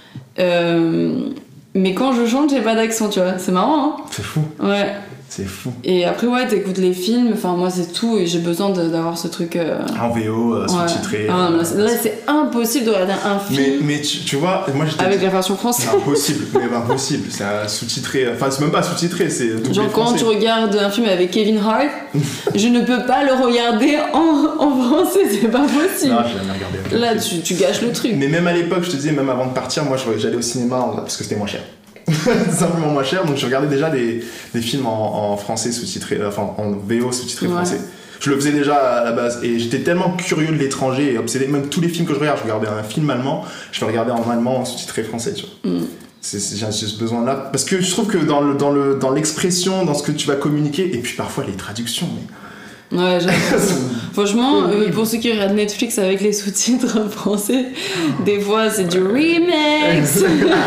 Mais quand je chante, j'ai pas d'accent, tu vois. C'est marrant, hein. C'est fou. Ouais. C'est fou. Et après, t'écoutes les films, enfin, moi, c'est tout, et j'ai besoin d'avoir ce truc... En VO, sous-titré. Ah, non, là, c'est impossible de regarder un film... Mais tu vois, moi, j'étais... Avec la version française. C'est impossible, c'est un sous-titré... Enfin, c'est même pas sous-titré, c'est doublé genre, quand français. tu regardes un film avec Kevin Hart, je ne peux pas le regarder en français, c'est pas possible. Non, j'ai jamais regardé. Là, tu gâches le truc. Mais même à l'époque, je te disais, même avant de partir, moi, j'allais au cinéma parce que c'était moins cher. Simplement moins cher, donc je regardais déjà des films en français sous-titrés, enfin en VO sous-titré français. Je le faisais déjà à la base et j'étais tellement curieux de l'étranger et obsédé. Même tous les films que je regardais un film allemand, je le regardais en allemand sous-titré français, tu vois. J'ai ce besoin là parce que je trouve que dans l'expression, dans ce que tu vas communiquer, et puis parfois les traductions, mais ouais, franchement, pour ceux qui regardent Netflix avec les sous-titres français, des fois c'est du remix.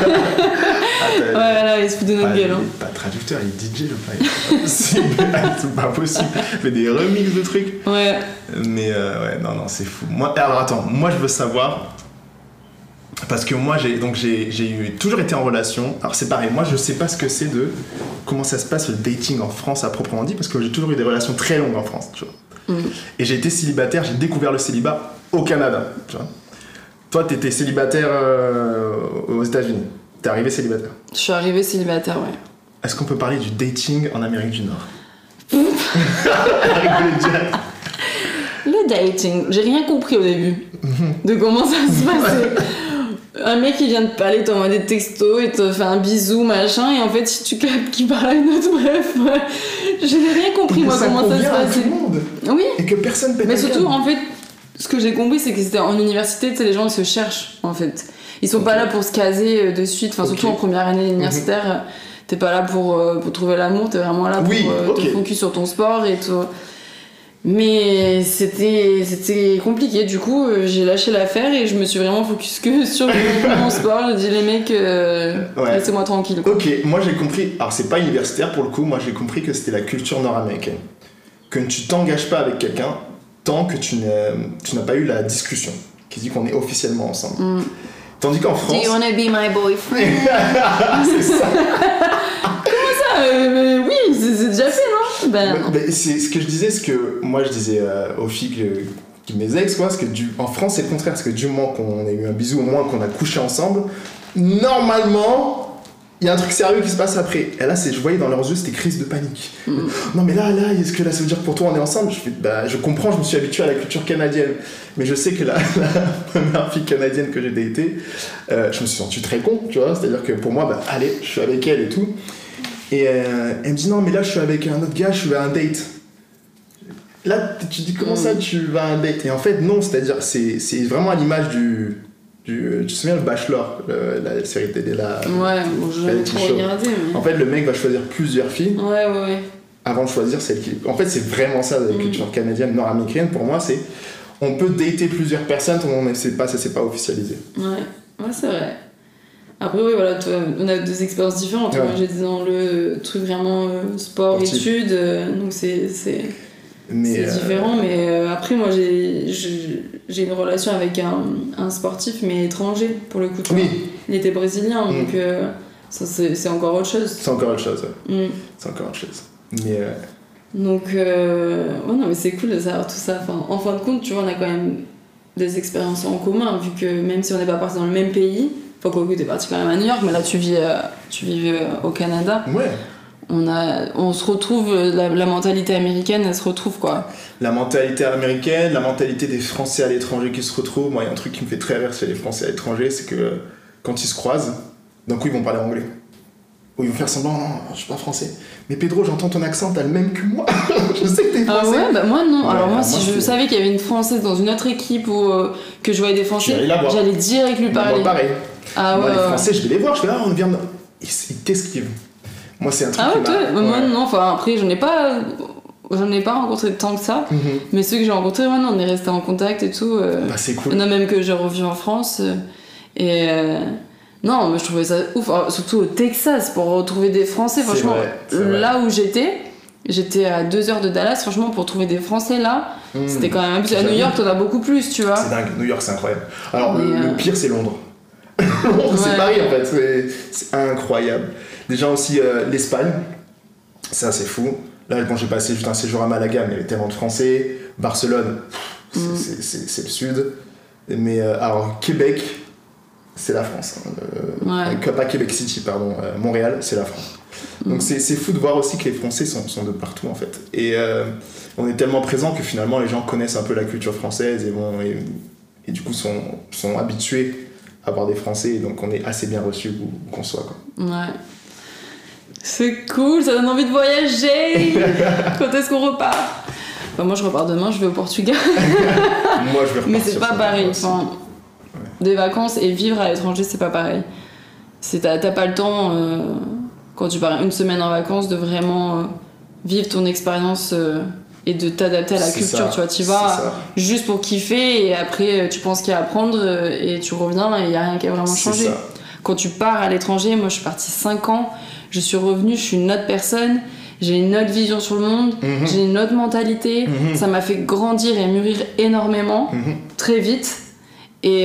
Là, il se fout de notre gueule. Il est pas traducteur, il est DJ le mec. C'est pas possible. Il fait des remixes de trucs. Ouais. Mais non, c'est fou. Alors attends, moi je veux savoir. Parce que moi j'ai toujours été en relation. Alors c'est pareil, moi je sais pas ce que c'est comment ça se passe le dating en France à proprement dit, parce que j'ai toujours eu des relations très longues en France, tu vois. Et j'ai été célibataire, j'ai découvert le célibat au Canada, tu vois. Toi t'étais célibataire aux États-Unis. T'es arrivé célibataire. Je suis arrivée célibataire, ouais. Est-ce qu'on peut parler du dating en Amérique du Nord? Le dating, j'ai rien compris au début de comment ça se passait. Un mec qui vient te parler, t'envoie des textos, il te fait un bisou, machin, et en fait, si tu captes qu'il parle à une autre meuf, je n'ai rien compris, moi, comment ça se passait. Tout le monde. Oui. Et que personne pète. Mais surtout, en fait, ce que j'ai compris, c'est que c'était en université, tu sais, les gens, ils se cherchent, en fait. Ils sont pas là pour se caser de suite, enfin, surtout en première année universitaire, t'es pas là pour trouver l'amour, t'es vraiment là pour te focus sur ton sport et tout. Mais c'était compliqué, du coup j'ai lâché l'affaire et je me suis vraiment focus que sur mon sport. J'ai dit les mecs laissez-moi tranquille, quoi. Ok, moi j'ai compris, alors c'est pas universitaire pour le coup, moi j'ai compris que c'était la culture nord-américaine, que tu t'engages pas avec quelqu'un tant que tu n'as pas eu la discussion qui dit qu'on est officiellement ensemble. Tandis qu'en France... Do you wanna be my boyfriend? C'est ça. Comment ça oui, c'est déjà fait, non? C'est ce que je disais, moi je disais aux filles mes ex, quoi, parce que en France c'est le contraire, parce que du moment qu'on a eu un bisou, au moins qu'on a couché ensemble, normalement il y a un truc sérieux qui se passe après. Et là, je voyais dans leurs yeux, c'était crise de panique. Non mais là, est-ce que là ça veut dire que pour toi on est ensemble? Je comprends, je me suis habitué à la culture canadienne. Mais je sais que la première fille canadienne que j'ai datée, je me suis senti très con, tu vois. C'est-à-dire que pour moi, allez, je suis avec elle et tout. Et elle me dit non mais là je suis avec un autre gars, je vais à un date. Là, tu dis comment ça tu vas à un date? Et en fait non, c'est-à-dire c'est vraiment à l'image tu te souviens le Bachelor, la série télé là. Ouais, bon, je l'ai trop regardé. Mais... En fait, le mec va choisir plusieurs filles. Ouais. Avant de choisir celle qui. En fait, c'est vraiment ça la culture canadienne, nord-américaine. Pour moi, c'est on peut dater plusieurs personnes, ça s'est pas officialisé. Ouais, c'est vrai. Après, oui, voilà, toi, on a deux expériences différentes. Ouais. Moi, j'étais dans le truc vraiment sport, Sportif. études, donc c'est différent. Mais après, moi, j'ai une relation avec un sportif, mais étranger, pour le coup. Tu vois. Il était brésilien, donc ça, c'est encore autre chose. C'est encore autre chose, ouais. Mm. C'est encore autre chose. Mais... Donc, ouais, non, mais c'est cool de savoir tout ça. Enfin, en fin de compte, tu vois, on a quand même des expériences en commun, vu que même si on n'est pas partis dans le même pays, enfin, quoique t'es parti quand même à New York, mais là, tu vis au Canada. Ouais. On se retrouve, la mentalité américaine, elle se retrouve, quoi. La mentalité américaine, la mentalité des Français à l'étranger qui se retrouvent. Moi, il y a un truc qui me fait très rire chez les Français à l'étranger, c'est que quand ils se croisent, d'un coup, ils vont parler anglais. Ou ils vont faire semblant, non, je suis pas français. Mais Pedro, j'entends ton accent, t'as le même que moi. Je sais que t'es français. Ah ouais, bah moi non. Ouais, alors moi, si je savais qu'il y avait une Française dans une autre équipe ou que je voyais des Français, j'allais direct lui parler. Moi, pareil. Ah moi, ouais, les Français, je vais les voir, je fais là, on vient de... Ils t'esquivent. Moi, c'est un truc ah ouais, qui m'a... toi, moi non, enfin après, j'en ai pas rencontré tant que ça, mais ceux que j'ai rencontrés, ouais, non, on est restés en contact et tout. Bah, c'est cool. Il y en a même que j'ai revu en France. Non, mais je trouvais ça ouf, surtout au Texas, pour retrouver des Français. Franchement, c'est vrai. là où j'étais à 2 heures de Dallas, franchement, pour trouver des Français là, c'était quand même abusé. À New York, t'en as beaucoup plus, tu vois. C'est dingue, New York, c'est incroyable. Alors, Mais, le pire, c'est Londres. Londres, c'est Paris, en fait. C'est incroyable. Déjà aussi, l'Espagne, ça, c'est fou. Là, quand j'ai passé juste un séjour à Malaga, mais il y avait tellement de Français. Barcelone, c'est le sud. Mais alors, Québec, c'est la France. Pas Québec City, pardon. Montréal, c'est la France. Donc c'est fou de voir aussi que les Français sont de partout, en fait. Et on est tellement présents que finalement, les gens connaissent un peu la culture française et du coup sont habitués à voir des Français. Donc on est assez bien reçus où qu'on soit, quoi. Ouais. C'est cool, ça donne envie de voyager. Quand est-ce qu'on repart? Enfin, moi, je repars demain, je vais au Portugal. Moi, je vais repartir. Mais c'est pas pareil. Enfin, des vacances et vivre à l'étranger, c'est pas pareil. T'as pas le temps, quand tu pars une semaine en vacances, de vraiment vivre ton expérience et de t'adapter à la culture. Tu vois, tu vas juste pour kiffer et après, tu penses qu'il y a à apprendre et tu reviens et il y a rien qui a vraiment changé. Quand tu pars à l'étranger, moi, je suis partie 5 ans, je suis revenue, je suis une autre personne. J'ai une autre vision sur le monde, j'ai une autre mentalité, ça m'a fait grandir et mûrir énormément, très vite. Et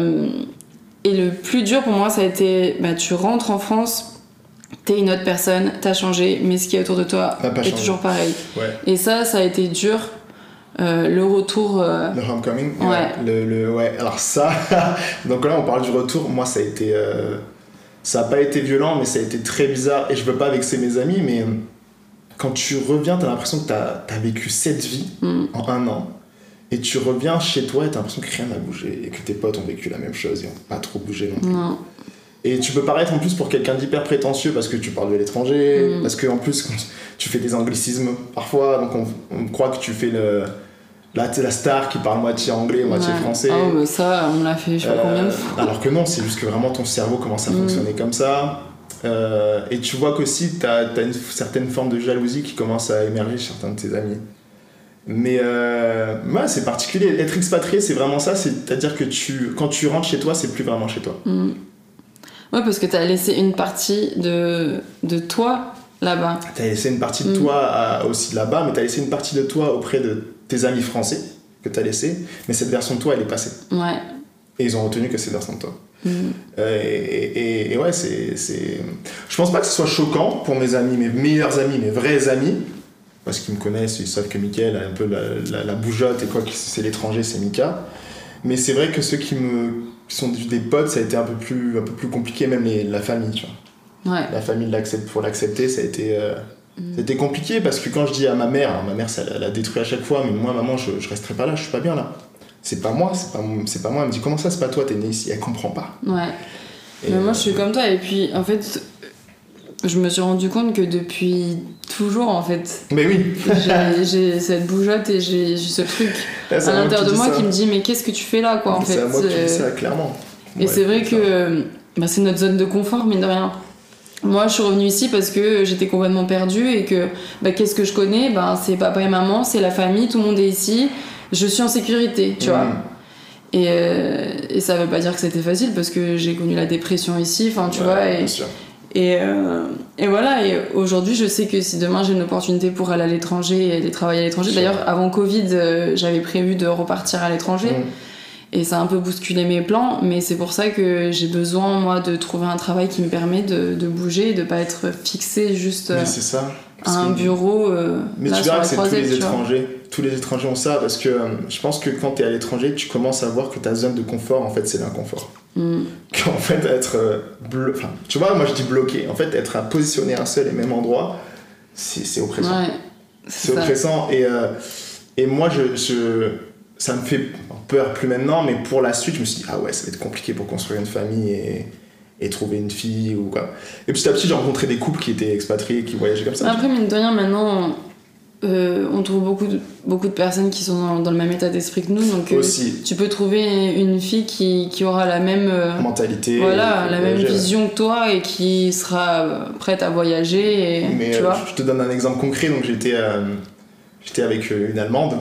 le plus dur pour moi, ça a été, tu rentres en France, t'es une autre personne, t'as changé, mais ce qui est autour de toi est toujours pareil. Ouais. Et ça a été dur. Le retour... Le homecoming. Ouais. Ouais. Alors ça, donc là on parle du retour, moi ça a été... ça a pas été violent, mais ça a été très bizarre, et je veux pas vexer mes amis, mais... Quand tu reviens, t'as l'impression que t'as vécu 7 vies en 1 an. Et tu reviens chez toi et t'as l'impression que rien n'a bougé. Et que tes potes ont vécu la même chose et ont pas trop bougé non plus. Non. Et tu peux paraître en plus pour quelqu'un d'hyper prétentieux parce que tu parles de l'étranger. Parce qu'en plus, tu fais des anglicismes parfois. Donc on croit que tu fais la star qui parle moitié anglais, moitié français. Oh, mais ça, on l'a fait je sais pas combien de fois. Alors que non, c'est juste que vraiment ton cerveau commence à fonctionner comme ça. Et tu vois qu'aussi t'as une certaine forme de jalousie qui commence à émerger chez certains de tes amis. Mais ouais, c'est particulier. Être expatrié, c'est vraiment ça. C'est-à-dire que quand tu rentres chez toi, c'est plus vraiment chez toi. Ouais, parce que t'as laissé une partie de toi là-bas. T'as laissé une partie de toi aussi là-bas, mais t'as laissé une partie de toi auprès de tes amis français que t'as laissé. Mais cette version de toi, elle est passée. Ouais. Et ils ont retenu que cette version de toi. Et ouais, c'est... Je pense pas que ce soit choquant pour mes amis, mes meilleurs amis, mes vrais amis, parce qu'ils me connaissent, ils savent que Mickaël a un peu la bougeotte et quoi, que c'est l'étranger, c'est Mika. Mais c'est vrai que ceux qui sont des potes, ça a été un peu plus compliqué, même la famille, tu vois. Ouais. La famille, pour l'accepter, ça a été... C'était compliqué parce que quand je dis à ma mère, alors ma mère ça l'a détruit à chaque fois, mais moi maman je resterai pas là, je suis pas bien là. C'est pas moi. Elle me dit comment ça c'est pas toi, t'es né ici, elle comprend pas. Ouais. Mais moi je suis comme toi et puis en fait je me suis rendu compte que depuis toujours en fait. Mais oui. j'ai cette bougeotte et j'ai ce truc à l'intérieur de moi qui me dit mais qu'est-ce que tu fais là quoi en fait. C'est à moi qui dis ça clairement. Et c'est vrai que c'est notre zone de confort mine de rien. Moi, je suis revenue ici parce que j'étais complètement perdue et que qu'est-ce que je connais ? C'est papa et maman, c'est la famille, tout le monde est ici. Je suis en sécurité, tu vois. Et Et ça veut pas dire que c'était facile parce que j'ai connu la dépression ici, enfin tu vois. Bien sûr. Et voilà, et aujourd'hui je sais que si demain j'ai une opportunité pour aller à l'étranger et aller travailler à l'étranger, d'ailleurs avant Covid j'avais prévu de repartir à l'étranger et ça a un peu bousculé mes plans, mais c'est pour ça que j'ai besoin moi de trouver un travail qui me permet de bouger et de pas être fixé juste c'est ça. à un bureau. Mais là, tu verras que c'est croisette, tous les étrangers ont ça parce que je pense que quand t'es à l'étranger tu commences à voir que ta zone de confort en fait c'est l'inconfort. Qu'en fait être tu vois, moi je dis bloqué, en fait être positionné à un seul et même endroit c'est oppressant. C'est oppressant et moi ça me fait peur plus maintenant, mais pour la suite je me suis dit ah ouais ça va être compliqué pour construire une famille et trouver une fille ou quoi. Et petit à petit j'ai rencontré des couples qui étaient expatriés, qui voyageaient comme ça. Après mine de rien maintenant on trouve beaucoup de personnes qui sont dans le même état d'esprit que nous, donc tu peux trouver une fille qui aura la même mentalité, voilà, la même vision que toi et qui sera prête à voyager. Mais tu vois, je te donne un exemple concret. Donc j'étais avec une Allemande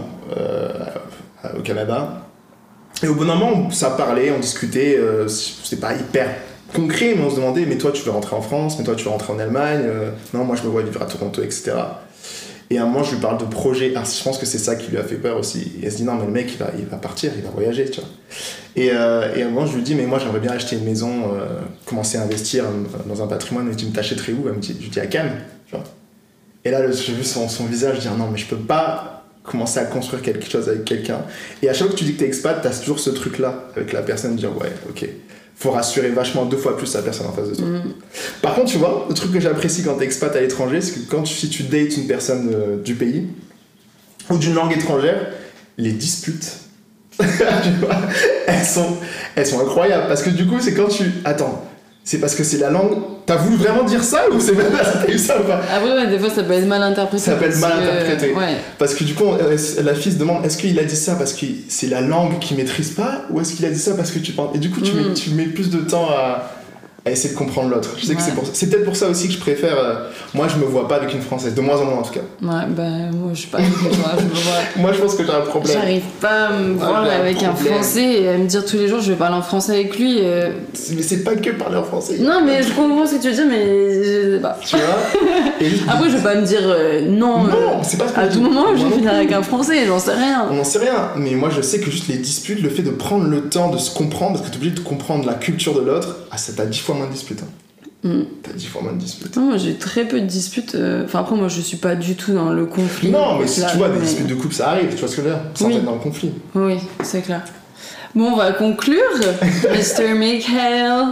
au Canada et au bon moment ça parlait, on discutait, c'était pas hyper concret mais on se demandait mais toi tu veux rentrer en France, mais toi tu veux rentrer en Allemagne, non moi je me vois vivre à Toronto, etc. Et à un moment, je lui parle de projet. Alors, je pense que c'est ça qui lui a fait peur aussi. Et elle se dit, non, mais le mec, il va partir, il va voyager, tu vois. Et à un moment, je lui dis, mais moi, j'aimerais bien acheter une maison, commencer à investir dans un patrimoine. Elle me dit, mais t'achèterais où? Je lui dis, à Cannes, tu vois. Et là, j'ai vu son visage, je dis, non, mais je peux pas commencer à construire quelque chose avec quelqu'un. Et à chaque fois que tu dis que t'es expat, t'as toujours ce truc-là avec la personne, de dire, ouais, ok. Faut rassurer vachement 2 fois plus la personne en face de toi. Par contre, tu vois, le truc que j'apprécie quand t'es expat à l'étranger, c'est que si tu dates une personne du pays ou d'une langue étrangère, les disputes, tu vois, elles sont incroyables. Parce que du coup, c'est quand attends, c'est parce que c'est la langue. T'as voulu vraiment dire ça ou c'est même t'as eu ça ou pas? Après, ouais, des fois, ça peut être mal interprété. Ça peut être mal interprété. Ouais. Parce que du coup, la fille se demande est-ce qu'il a dit ça parce que c'est la langue qu'il maîtrise pas ou est-ce qu'il a dit ça parce que tu penses. Et du coup, tu mets plus de temps à essayer de comprendre l'autre. Je sais que c'est peut-être pour ça aussi que je préfère. Moi, je me vois pas avec une Française, de moins en moins en tout cas. Ouais, moi, je suis pas avec toi. Moi, je pense que j'ai un problème. J'arrive pas à me voir avec un Français et à me dire tous les jours je vais parler en français avec lui. Mais c'est pas que parler en français. Non, mais je comprends ce que tu veux dire, mais je sais pas. Tu vois. Après, je vais pas me dire non. C'est pas ce que à tout moment, je vais finir avec un Français, j'en sais rien. On n'en sait rien, mais moi je sais que juste les disputes, le fait de prendre le temps de se comprendre, parce que t'es obligé de comprendre la culture de l'autre, ça t'a 10 fois moins de disputes. T'as 10 fois moins de disputes. Non, moi j'ai très peu de disputes. Enfin, après, moi je suis pas du tout dans le conflit. Non, mais si tu vois, des disputes de couple, ça arrive, tu vois ce que je veux dire, sans être dans le conflit. Oui, c'est clair. Bon, on va conclure. Mr. Michael,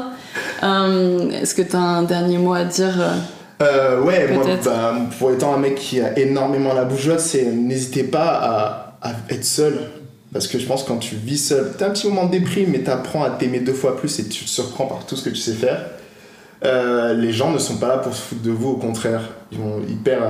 est-ce que t'as un dernier mot à dire ouais, peut-être. Moi, pour étant un mec qui a énormément la bougeotte, c'est n'hésitez pas à être seul. Parce que je pense que quand tu vis seul, t'as un petit moment de déprime, mais t'apprends à t'aimer 2 fois plus et tu te surprends par tout ce que tu sais faire. Les gens ne sont pas là pour se foutre de vous, au contraire. Ils vont hyper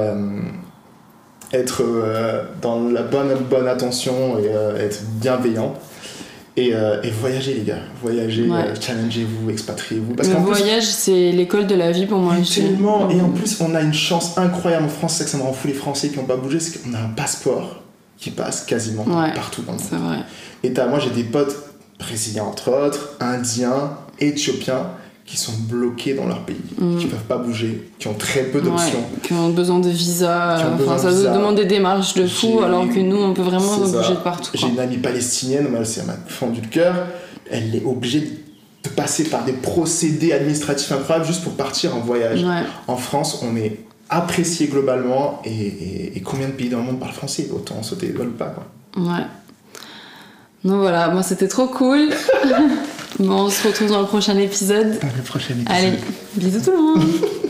être dans la bonne attention et être bienveillants. Et voyagez les gars, voyagez, challengez-vous, expatriez-vous. Parce le voyage c'est l'école de la vie pour moi. Tellement, et en plus on a une chance incroyable en France, c'est que ça me rend fou les Français qui n'ont pas bougé, c'est qu'on a un passeport qui passe quasiment partout dans le monde. C'est vrai. Et moi j'ai des potes brésiliens entre autres, indiens, éthiopiens, qui sont bloqués dans leur pays, qui peuvent pas bouger, qui ont très peu d'options. Qui ont besoin de visa, ça demande des démarches de fou, alors que nous on peut vraiment bouger de partout. J'ai une amie palestinienne, ça m'a fendu le cœur, elle est obligée de passer par des procédés administratifs incroyables juste pour partir en voyage. En France, on est apprécié globalement, et combien de pays dans le monde parlent français? Autant sauter les doigts ou pas, quoi. Ouais. Donc voilà, moi c'était trop cool. Bon, on se retrouve dans le prochain épisode. Dans le prochain épisode. Allez, bisous tout le monde.